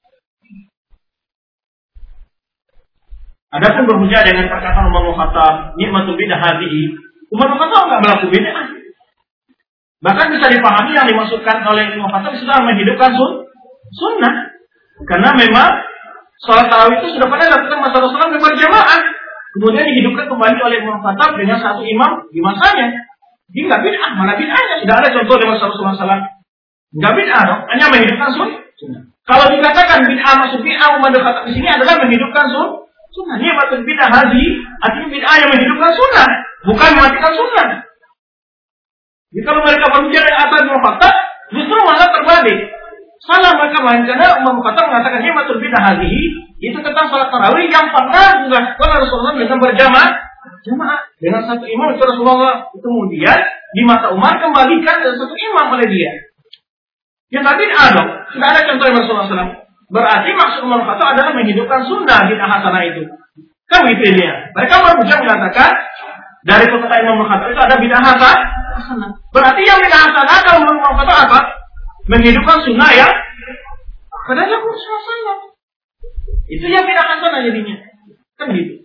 Adapun berhujjah dengan perkataan Umar bin Khattab, nikmatul bid'ah hadhihi. Umar bin Khattab enggak berlaku bid'ah. Bahkan bisa dipahami yang dimaksudkan oleh Umar bin Khattab sudah menghidupkan sun, sunnah. Karena memang salat tarawih itu sudah pernah dilakukan masa Rasulullah berjamaah. Kemudian dihidupkan kembali oleh Umar bin Khattab dengan satu imam di masanya. Dia enggak bid'ah, mana bid'ahnya? Sudah ada contoh di masa Rasulullah shallallahu alaihi wasallam. Enggak bid'ah dong, hanya menghidupkan sunnah. Kalau dikatakan bid'ah masuk bid'ah Umar bin Khattab di sini adalah menghidupkan sunnah. Sunnah ini maksud bid'ah haji, artinya bid'ah yang menghidupkan sunnah, bukan mematikan sunnah. Jadi kalau mereka berbicara yang atas Umar Khattab, justru malah terbalik. Salah mereka main karena Umar Khattab mengatakan ini maksud bid'ah haji itu tentang salat tarawih yang pernah dilakukan Rasulullah dengan berjamaah, jamaah dengan satu imam itu Rasulullah. Kemudian di masa Umar kembalikan dengan satu imam oleh dia. Yang tadi ada, sudah ada contoh yang Rasulullah shallallahu alaihi wasallam. Berarti maksud Umar Khattab adalah menghidupkan sunnah bid'ah hasanah itu. Kan begitu dia. Mereka berbicara mengatakan dari perkataan Imam Khattab itu ada bid'ah hasanah. Berarti yang bid'ah hasanah kalau Umar Khattab apa? Menghidupkan sunnah ya. Kadang-kadang kursus hasanah. Itu yang bid'ah hasanah jadinya. Kan begitu.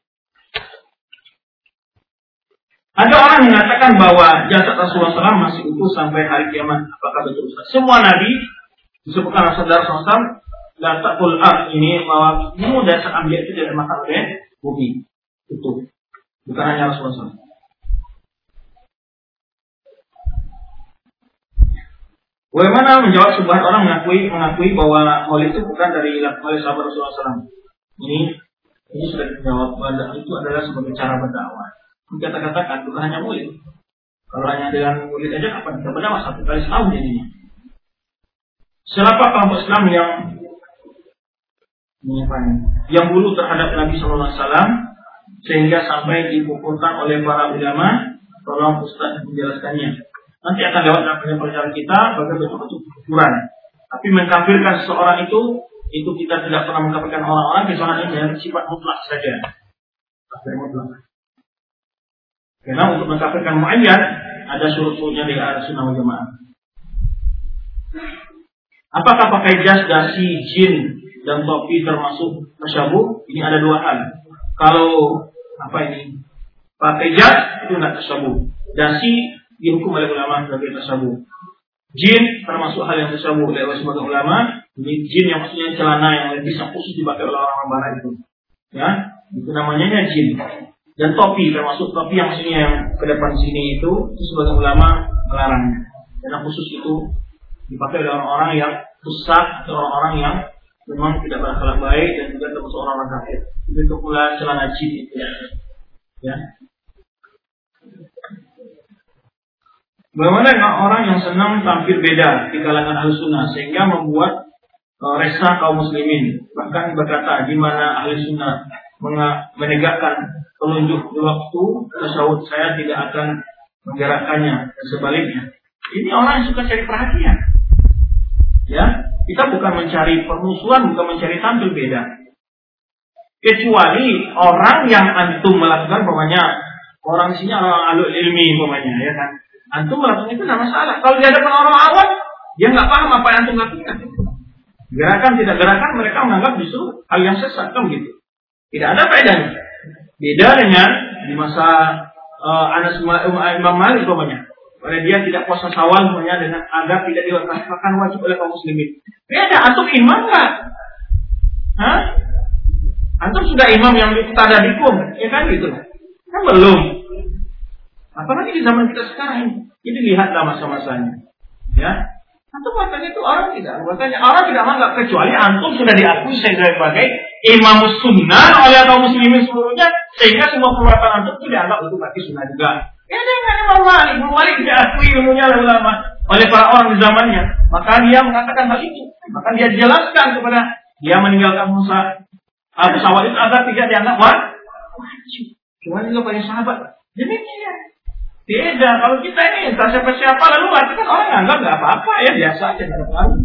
Ada orang mengatakan bahwa jasad Rasulullah shallallahu alaihi wasallam masih utuh sampai hari kiamat. Apakah betul? Semua nabi disebutkan saudara Rasulullah shallallahu alaihi wasallam la taqul ard ini bahwa ilmu dasar ambiya itu tidak dimakan oleh bumi. Itu bukan hanya Rasulullah. Bagaimana menjawab sebuah orang mengakui mengakui bahwa maulid itu bukan dari oleh sahabat Rasulullah shallallahu alaihi wasallam. Ini ini sudah dijawab bahwa itu adalah sebagai cara berdakwah. Kita katakan bukan hanya maulid. Kalau hanya dengan maulid aja kapan kita berdakwah satu kali setahun jadinya. Siapa kelompok Islam yang yang dulu terhadap Nabi shallallahu alaihi wasallam sehingga sampai dipukulkan oleh para ulama? Tolong Ustaz menjelaskannya. Nanti akan lewat dalam pelajaran kita bagaimana bentuk-bentuk kekufuran. Tapi mengkafirkan seseorang itu, itu kita tidak pernah mengkafirkan orang-orang kecuali dengan sifat mutlak saja. Kafir mutlak. Karena untuk mengkafirkan muayyan ada syurut-syurutnya di Ahlussunnah wal Jamaah. Apakah pakai jas, dasi, jin dan topi termasuk tasyabuh? Ini ada dua hal. Kalau apa ini? Pakai jas itu tidak tasyabuh. Dasi dihukum oleh ulama sebagai tasyabuh. Jin termasuk hal yang tasyabuh oleh sebagai ulama. Ini jin yang maksudnya celana yang bisa khusus dipakai oleh orang-orang barat itu. Ya, itu namanya jin. Dan topi termasuk topi yang maksudnya yang ke depan sini itu, itu sebagai ulama melarang. Karena khusus itu dipakai oleh orang-orang yang rusak atau orang-orang yang memang tidak berakhlak baik dan juga termasuk orang-orang kafir. Itu pula celana jin itu. Ya. Bagaimana dengan orang yang senang tampil beda di kalangan Ahlussunnah sehingga membuat uh, resah kaum muslimin, bahkan berkata di mana Ahlussunnah menegakkan telunjuk di waktu tasawuf saya tidak akan menggerakkannya dan sebaliknya. Ini orang yang suka cari perhatian. Ya, kita bukan mencari permusuhan, bukan mencari tampil beda. Kecuali orang yang antum melakukan, pokoknya orang di sini orang alul ilmi, pokoknya ya kan. Antum melakukan itu tidak masalah. Kalau di hadapan orang awam, dia nggak paham apa yang antum lakukan. Gerakan tidak gerakan, mereka menganggap justru hal yang sesat, kan gitu. Tidak ada faedahnya. Beda dengan di masa uh, Anas Imam Malik, umpamanya. Oleh dia tidak puasa Syawal, umpamanya dengan agar tidak dilaksanakan wajib oleh kaum muslimin. Beda, antum imam nggak? Hah? Antum sudah imam yang tadadikum, ya kan gitu? Kan belum. Apalagi di zaman kita sekarang ini. Jadi lihatlah masa-masanya. Ya. Antum makanya itu orang tidak. Makanya orang tidak menganggap kecuali antum sudah diakui sebagai imam sunnah oleh kaum muslimin seluruhnya. Sehingga semua perbuatan antum itu dianggap itu berarti sunnah juga. Ya dengan Imam Malik. Imam Malik diakui ilmunya oleh ulama. Oleh para orang di zamannya. Maka dia mengatakan hal itu. Maka dia dijelaskan kepada dia meninggalkan Musa. Abu Sawad itu agar tidak dianggap wajib. Cuma juga banyak sahabat. Demikian. Beda, kalau kita ini tak siapa-siapa lalu kan orang anggap nggak apa-apa ya, biasa aja nggak apa-apa.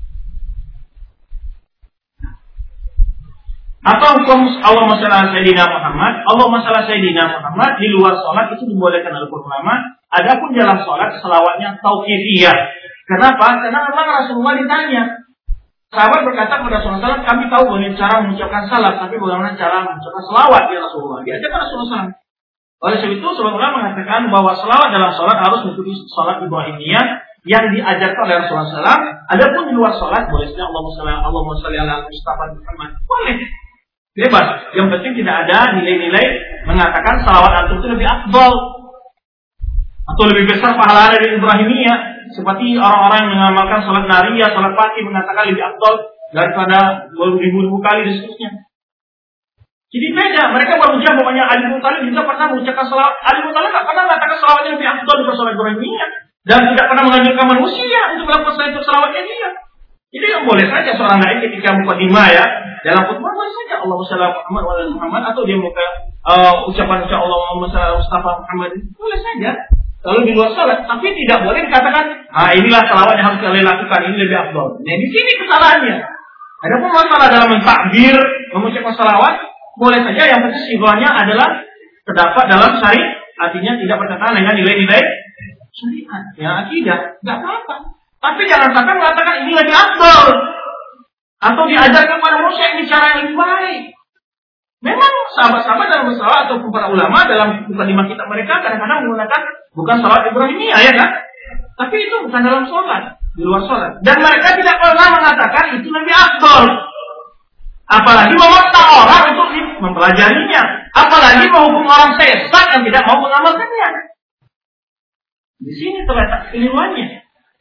Atau hukum Allah masalah Sayyidina Muhammad, Allah masalah Sayyidina Muhammad di luar sholat itu dibolehkan oleh ulama. Adapun dalam sholat selawatnya tauqifiyah. Kenapa? Karena memang Rasulullah ditanya. Sahabat berkata kepada Rasulullah shallallahu alaihi wasallam, kami tahu bagaimana cara mengucapkan salat, tapi bagaimana cara mengucapkan selawat ya Rasulullah. Diajarkan Rasulullah shallallahu alaihi wasallam. Oleh sebab itu, sebenarnya mengatakan bahwa selawat dalam sholat harus mengikuti sholat Ibrahimiyah yang diajarkan oleh Rasulullah shallallahu alaihi wasallam. Adapun di luar sholat, boleh saja Allahumma shalli Allahumma shalli ala Mustafa Muhammad. Boleh. Bebas. Yang penting tidak ada nilai-nilai mengatakan selawat antum itu lebih afdal atau lebih besar pahala dari Ibrahimiyah. Seperti orang-orang yang mengamalkan sholat nariyah, sholat pagi mengatakan lebih afdal daripada ribu-ribu kali dan seterusnya. Jadi beda, mereka berujar bahwa Ali bin Thalib juga pernah mengucapkan salawat. Ali bin Thalib tak pernah mengatakan salawatnya lebih afdal daripada salawat Ibrahimiyah dan tidak pernah menganjurkan manusia untuk melakukan salawat salawatnya dia. Jadi yang boleh saja seorang dai ketika mukadimah ya dalam khutbah boleh saja Allahumma shalli Muhammad wa ala Muhammad atau dia muka uh, ucapan ucapan Allahumma shalli Mustafa Muhammad boleh saja kalau di luar salat, tapi tidak boleh dikatakan ah inilah salawat yang harus kalian lakukan, ini lebih afdal. Nah di sini kesalahannya. Adapun masalah dalam mentakbir mengucapkan salawat boleh saja, yang penting sifatnya adalah terdapat dalam syariat, artinya tidak bertentangan dengan nilai-nilai syariat. Ya akidah, nggak apa-apa. Tapi jangan sampai mengatakan ini lebih afdal atau diajarkan kepada manusia ini cara yang lebih baik. Memang sahabat-sahabat dalam masalah ataupun para ulama dalam mukadimah kitab mereka kadang-kadang menggunakan bukan salat Ibrahimiyah ya kan? Tapi itu bukan dalam sholat. di luar sholat. Dan mereka tidak pernah mengatakan itu lebih afdol. Apalagi memaksa orang untuk mempelajarinya. Apalagi menghukum orang sesat yang tidak mau mengamalkannya. Di sini terletak keliruannya.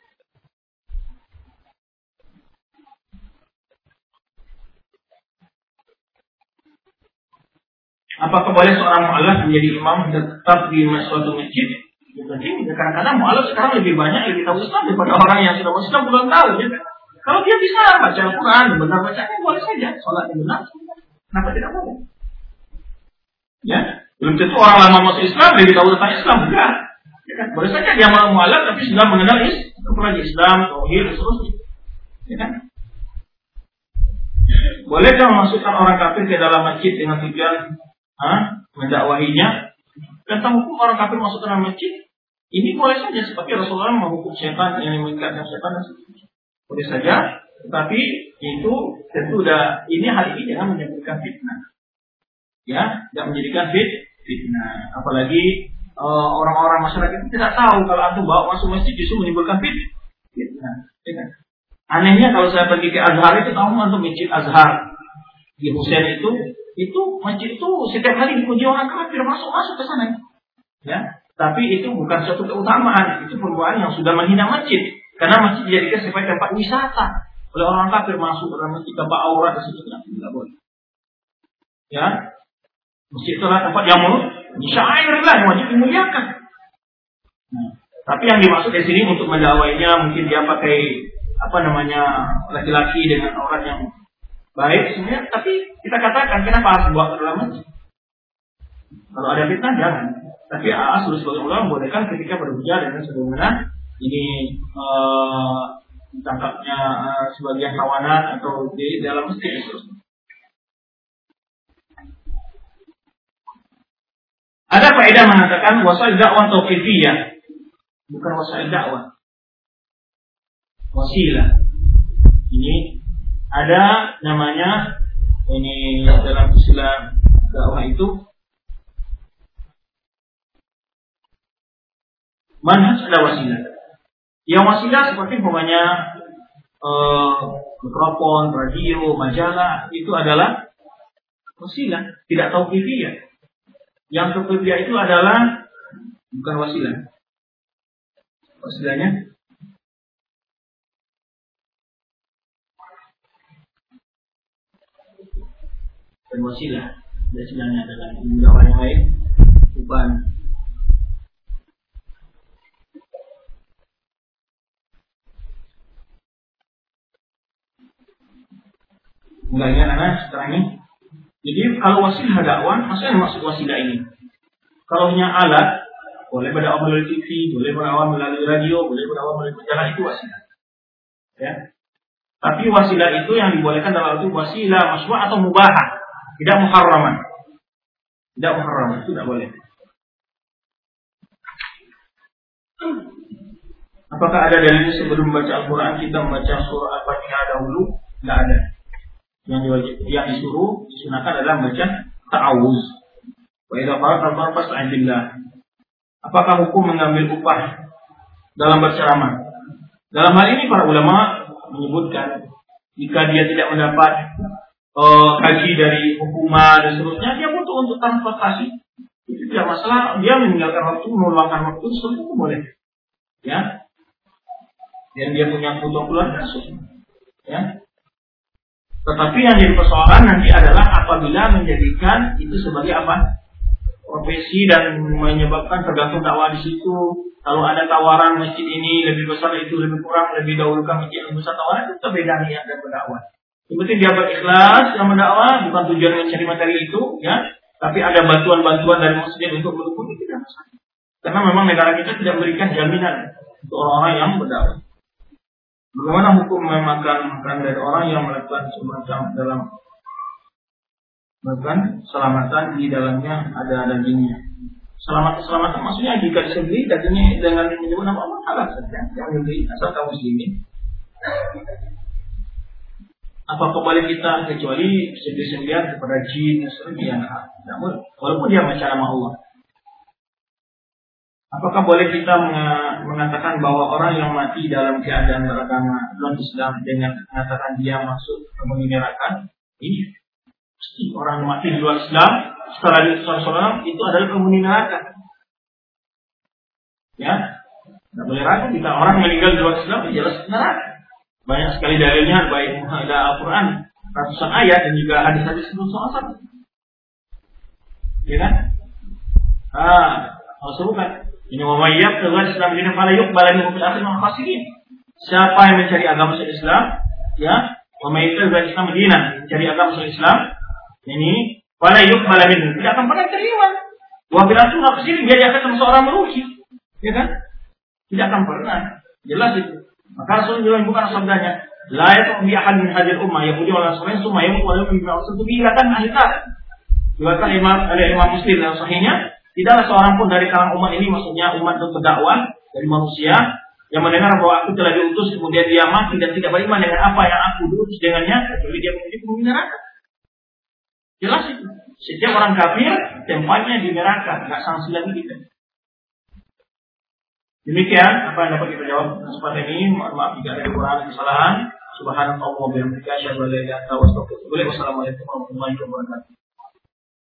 Apakah boleh seorang mu'alaf menjadi imam tetap di suatu masjid? Mungkin kadang-kadang mu'alaf sekarang lebih banyak lebih tahu Islam daripada orang yang sudah Islam puluhan tahun. Ya. Kalau dia bisa baca Al-Quran, benar bacanya boleh saja. Sholat yang benar, kenapa tidak boleh? Ya, belum tentu orang lama masuk Islam lebih tahu tentang Islam juga. Ya kan? Boleh saja dia mau mu'alaf tapi sudah mengenal Islam, Islam, tauhid, dan seterusnya. Ya kan? Bolehkah memasukkan orang kafir ke dalam masjid dengan tujuan Hah? mendakwahinya? Tentang hukum orang kafir masuk ke dalam masjid, ini boleh saja seperti Rasulullah menghukum syaitan yang mengingatkan syaitan dan sebagainya. Boleh saja, tetapi itu tentu udah ini hal ini jangan menjadikan fitnah. Ya, tidak menjadikan fit, fitnah. Apalagi uh, orang-orang masyarakat itu tidak tahu kalau antum bawa masuk masjid justru menimbulkan fit, fitnah. Ya. Anehnya kalau saya pergi ke Azhar itu tahu antum masjid Azhar di Husain itu itu masjid itu setiap hari dipuji orang kafir masuk-masuk ke sana. Ya, tapi itu bukan suatu keutamaan, itu perbuatan yang sudah menghina masjid. Karena masjid dijadikan sebagai tempat wisata oleh orang kafir masuk ke dalam masjid, tempat aurat dan sebagainya, tidak boleh. Ya, masjid itu adalah tempat yang syairillah, yang wajib dimuliakan. Nah, tapi yang dimaksud di sini untuk mendakwainya mungkin dia pakai apa namanya laki-laki dengan orang yang baik sebenarnya, tapi kita katakan kenapa harus buat ke dalam masjid? Kalau ada fitnah jangan. Tapi asal sebagai ulama bolehkan ketika berbicara dengan sebagaimana ini uh, ditangkapnya uh, sebagian kawanan atau di dalam masjid itu. Ada faedah mengatakan wasail dakwah tauqifiyah, bukan wasail dakwah. Wasilah. Ini ada namanya ini dalam istilah dakwah itu manhaj, ada wasilah. Yang wasilah seperti umpamanya eh, mikrofon, radio, majalah itu adalah wasilah, tidak tauqifiyah. Yang tauqifiyah itu adalah bukan wasilah. Wasilahnya dan wasilah biasanya adalah dakwah yang lain bukan. Enggak ingat anak sekarang ini. Jadi kalau wasilah dakwah, maksudnya maksud wasilah ini. Kalau hanya alat, boleh berdakwah melalui T V, boleh berdakwah melalui radio, boleh berdakwah melalui majalah, itu wasilah. Ya. Tapi wasilah itu yang dibolehkan dalam itu wasilah masyru' atau mubahah, tidak muharraman. Tidak muharraman, itu tidak boleh. Apakah ada dalil sebelum membaca Al-Quran kita membaca surah Al-Fatihah dahulu? Tidak ada. Yang diwajib, yang disuruh, disunahkan adalah membaca ta'awuz. Wa idza qara'ta al-Qur'an fasta'in billah. Apakah hukum mengambil upah dalam berceramah? Dalam hal ini para ulama menyebutkan jika dia tidak mendapat uh, gaji dari hukuman dan seterusnya, dia butuh untuk transportasi. Itu tidak masalah, dia meninggalkan waktu, meluangkan waktu, seterusnya itu boleh. Ya. Dan dia punya kebutuhan keluarga, ya. Tetapi yang jadi persoalan nanti adalah apabila menjadikan itu sebagai apa? Profesi dan menyebabkan tergantung dakwah di situ. Kalau ada tawaran masjid ini lebih besar, itu lebih kurang, lebih dahulukan masjid yang besar, tawaran itu beda niat dan berdakwah. Yang penting dia berikhlas yang mendakwah, bukan tujuan mencari materi itu, ya. Tapi ada bantuan-bantuan dari masjid untuk mendukung, itu tidak masalah. Karena memang negara kita tidak memberikan jaminan untuk orang-orang yang berdakwah. Bagaimana hukum memakan makan dari orang yang melakukan semacam dalam melakukan selamatan di dalamnya ada dagingnya? Selamat keselamatan maksudnya jika disembelih dagingnya dengan menyebut nama Allah halal saja, yang dibeli asal kaum muslimin. Apa kembali kita kecuali sembelih-sembelihan kepada jin dan sebagainya? Namun walaupun dia baca nama Allah. Apakah boleh kita mengatakan bahwa orang yang mati dalam keadaan beragama non-Islam dengan mengatakan dia masuk penghuni neraka? Ini orang yang mati di luar Islam setelah disolat itu adalah penghuni neraka. Ya, tidak boleh ragu kita orang meninggal di luar Islam jelas neraka. Banyak sekali dalilnya, baik ada Al-Quran ratusan ayat dan juga hadis-hadis Rasulullah. Ya kan? Ah, harus sebutkan. Ini wamayyab dengan Islam ini pada yuk balani mobil akhir menghasirin. Siapa yang mencari agama Islam, ya, wamayyab dengan Islam Medina mencari agama Islam, ini pada yuk balani tidak akan pernah terima. Wabil akhir menghasirin dia akan seorang merugi, ya kan? Tidak akan pernah. Jelas itu. Maka Rasulullah bukan sabdanya, la yaqum bi ahad min hadhihi ummah yaqulu wa la sawin summa yamut wa yaqum bi ma'sud bi katan ahlikat. Diriwayatkan Imam ada Imam Muslim dalam sahihnya, tidaklah seorang pun dari kalangan umat ini, maksudnya umat untuk berdakwah dari manusia, yang mendengar bahwa aku telah diutus kemudian dia mati dan tidak beriman dengan apa yang aku diutus dengannya, kecuali dia menjadi penghuni neraka. Jelas itu. Setiap orang kafir tempatnya di neraka, enggak sanksi lagi kita. Demikian apa yang dapat kita jawab kesempatan ini. Mohon maaf jika ada kekurangan kesalahan. Subhanallah wa bihamdihi asyhadu an la ilaha illa anta astaghfiruka wa atubu ilaik. Wassalamualaikum warahmatullahi wabarakatuh.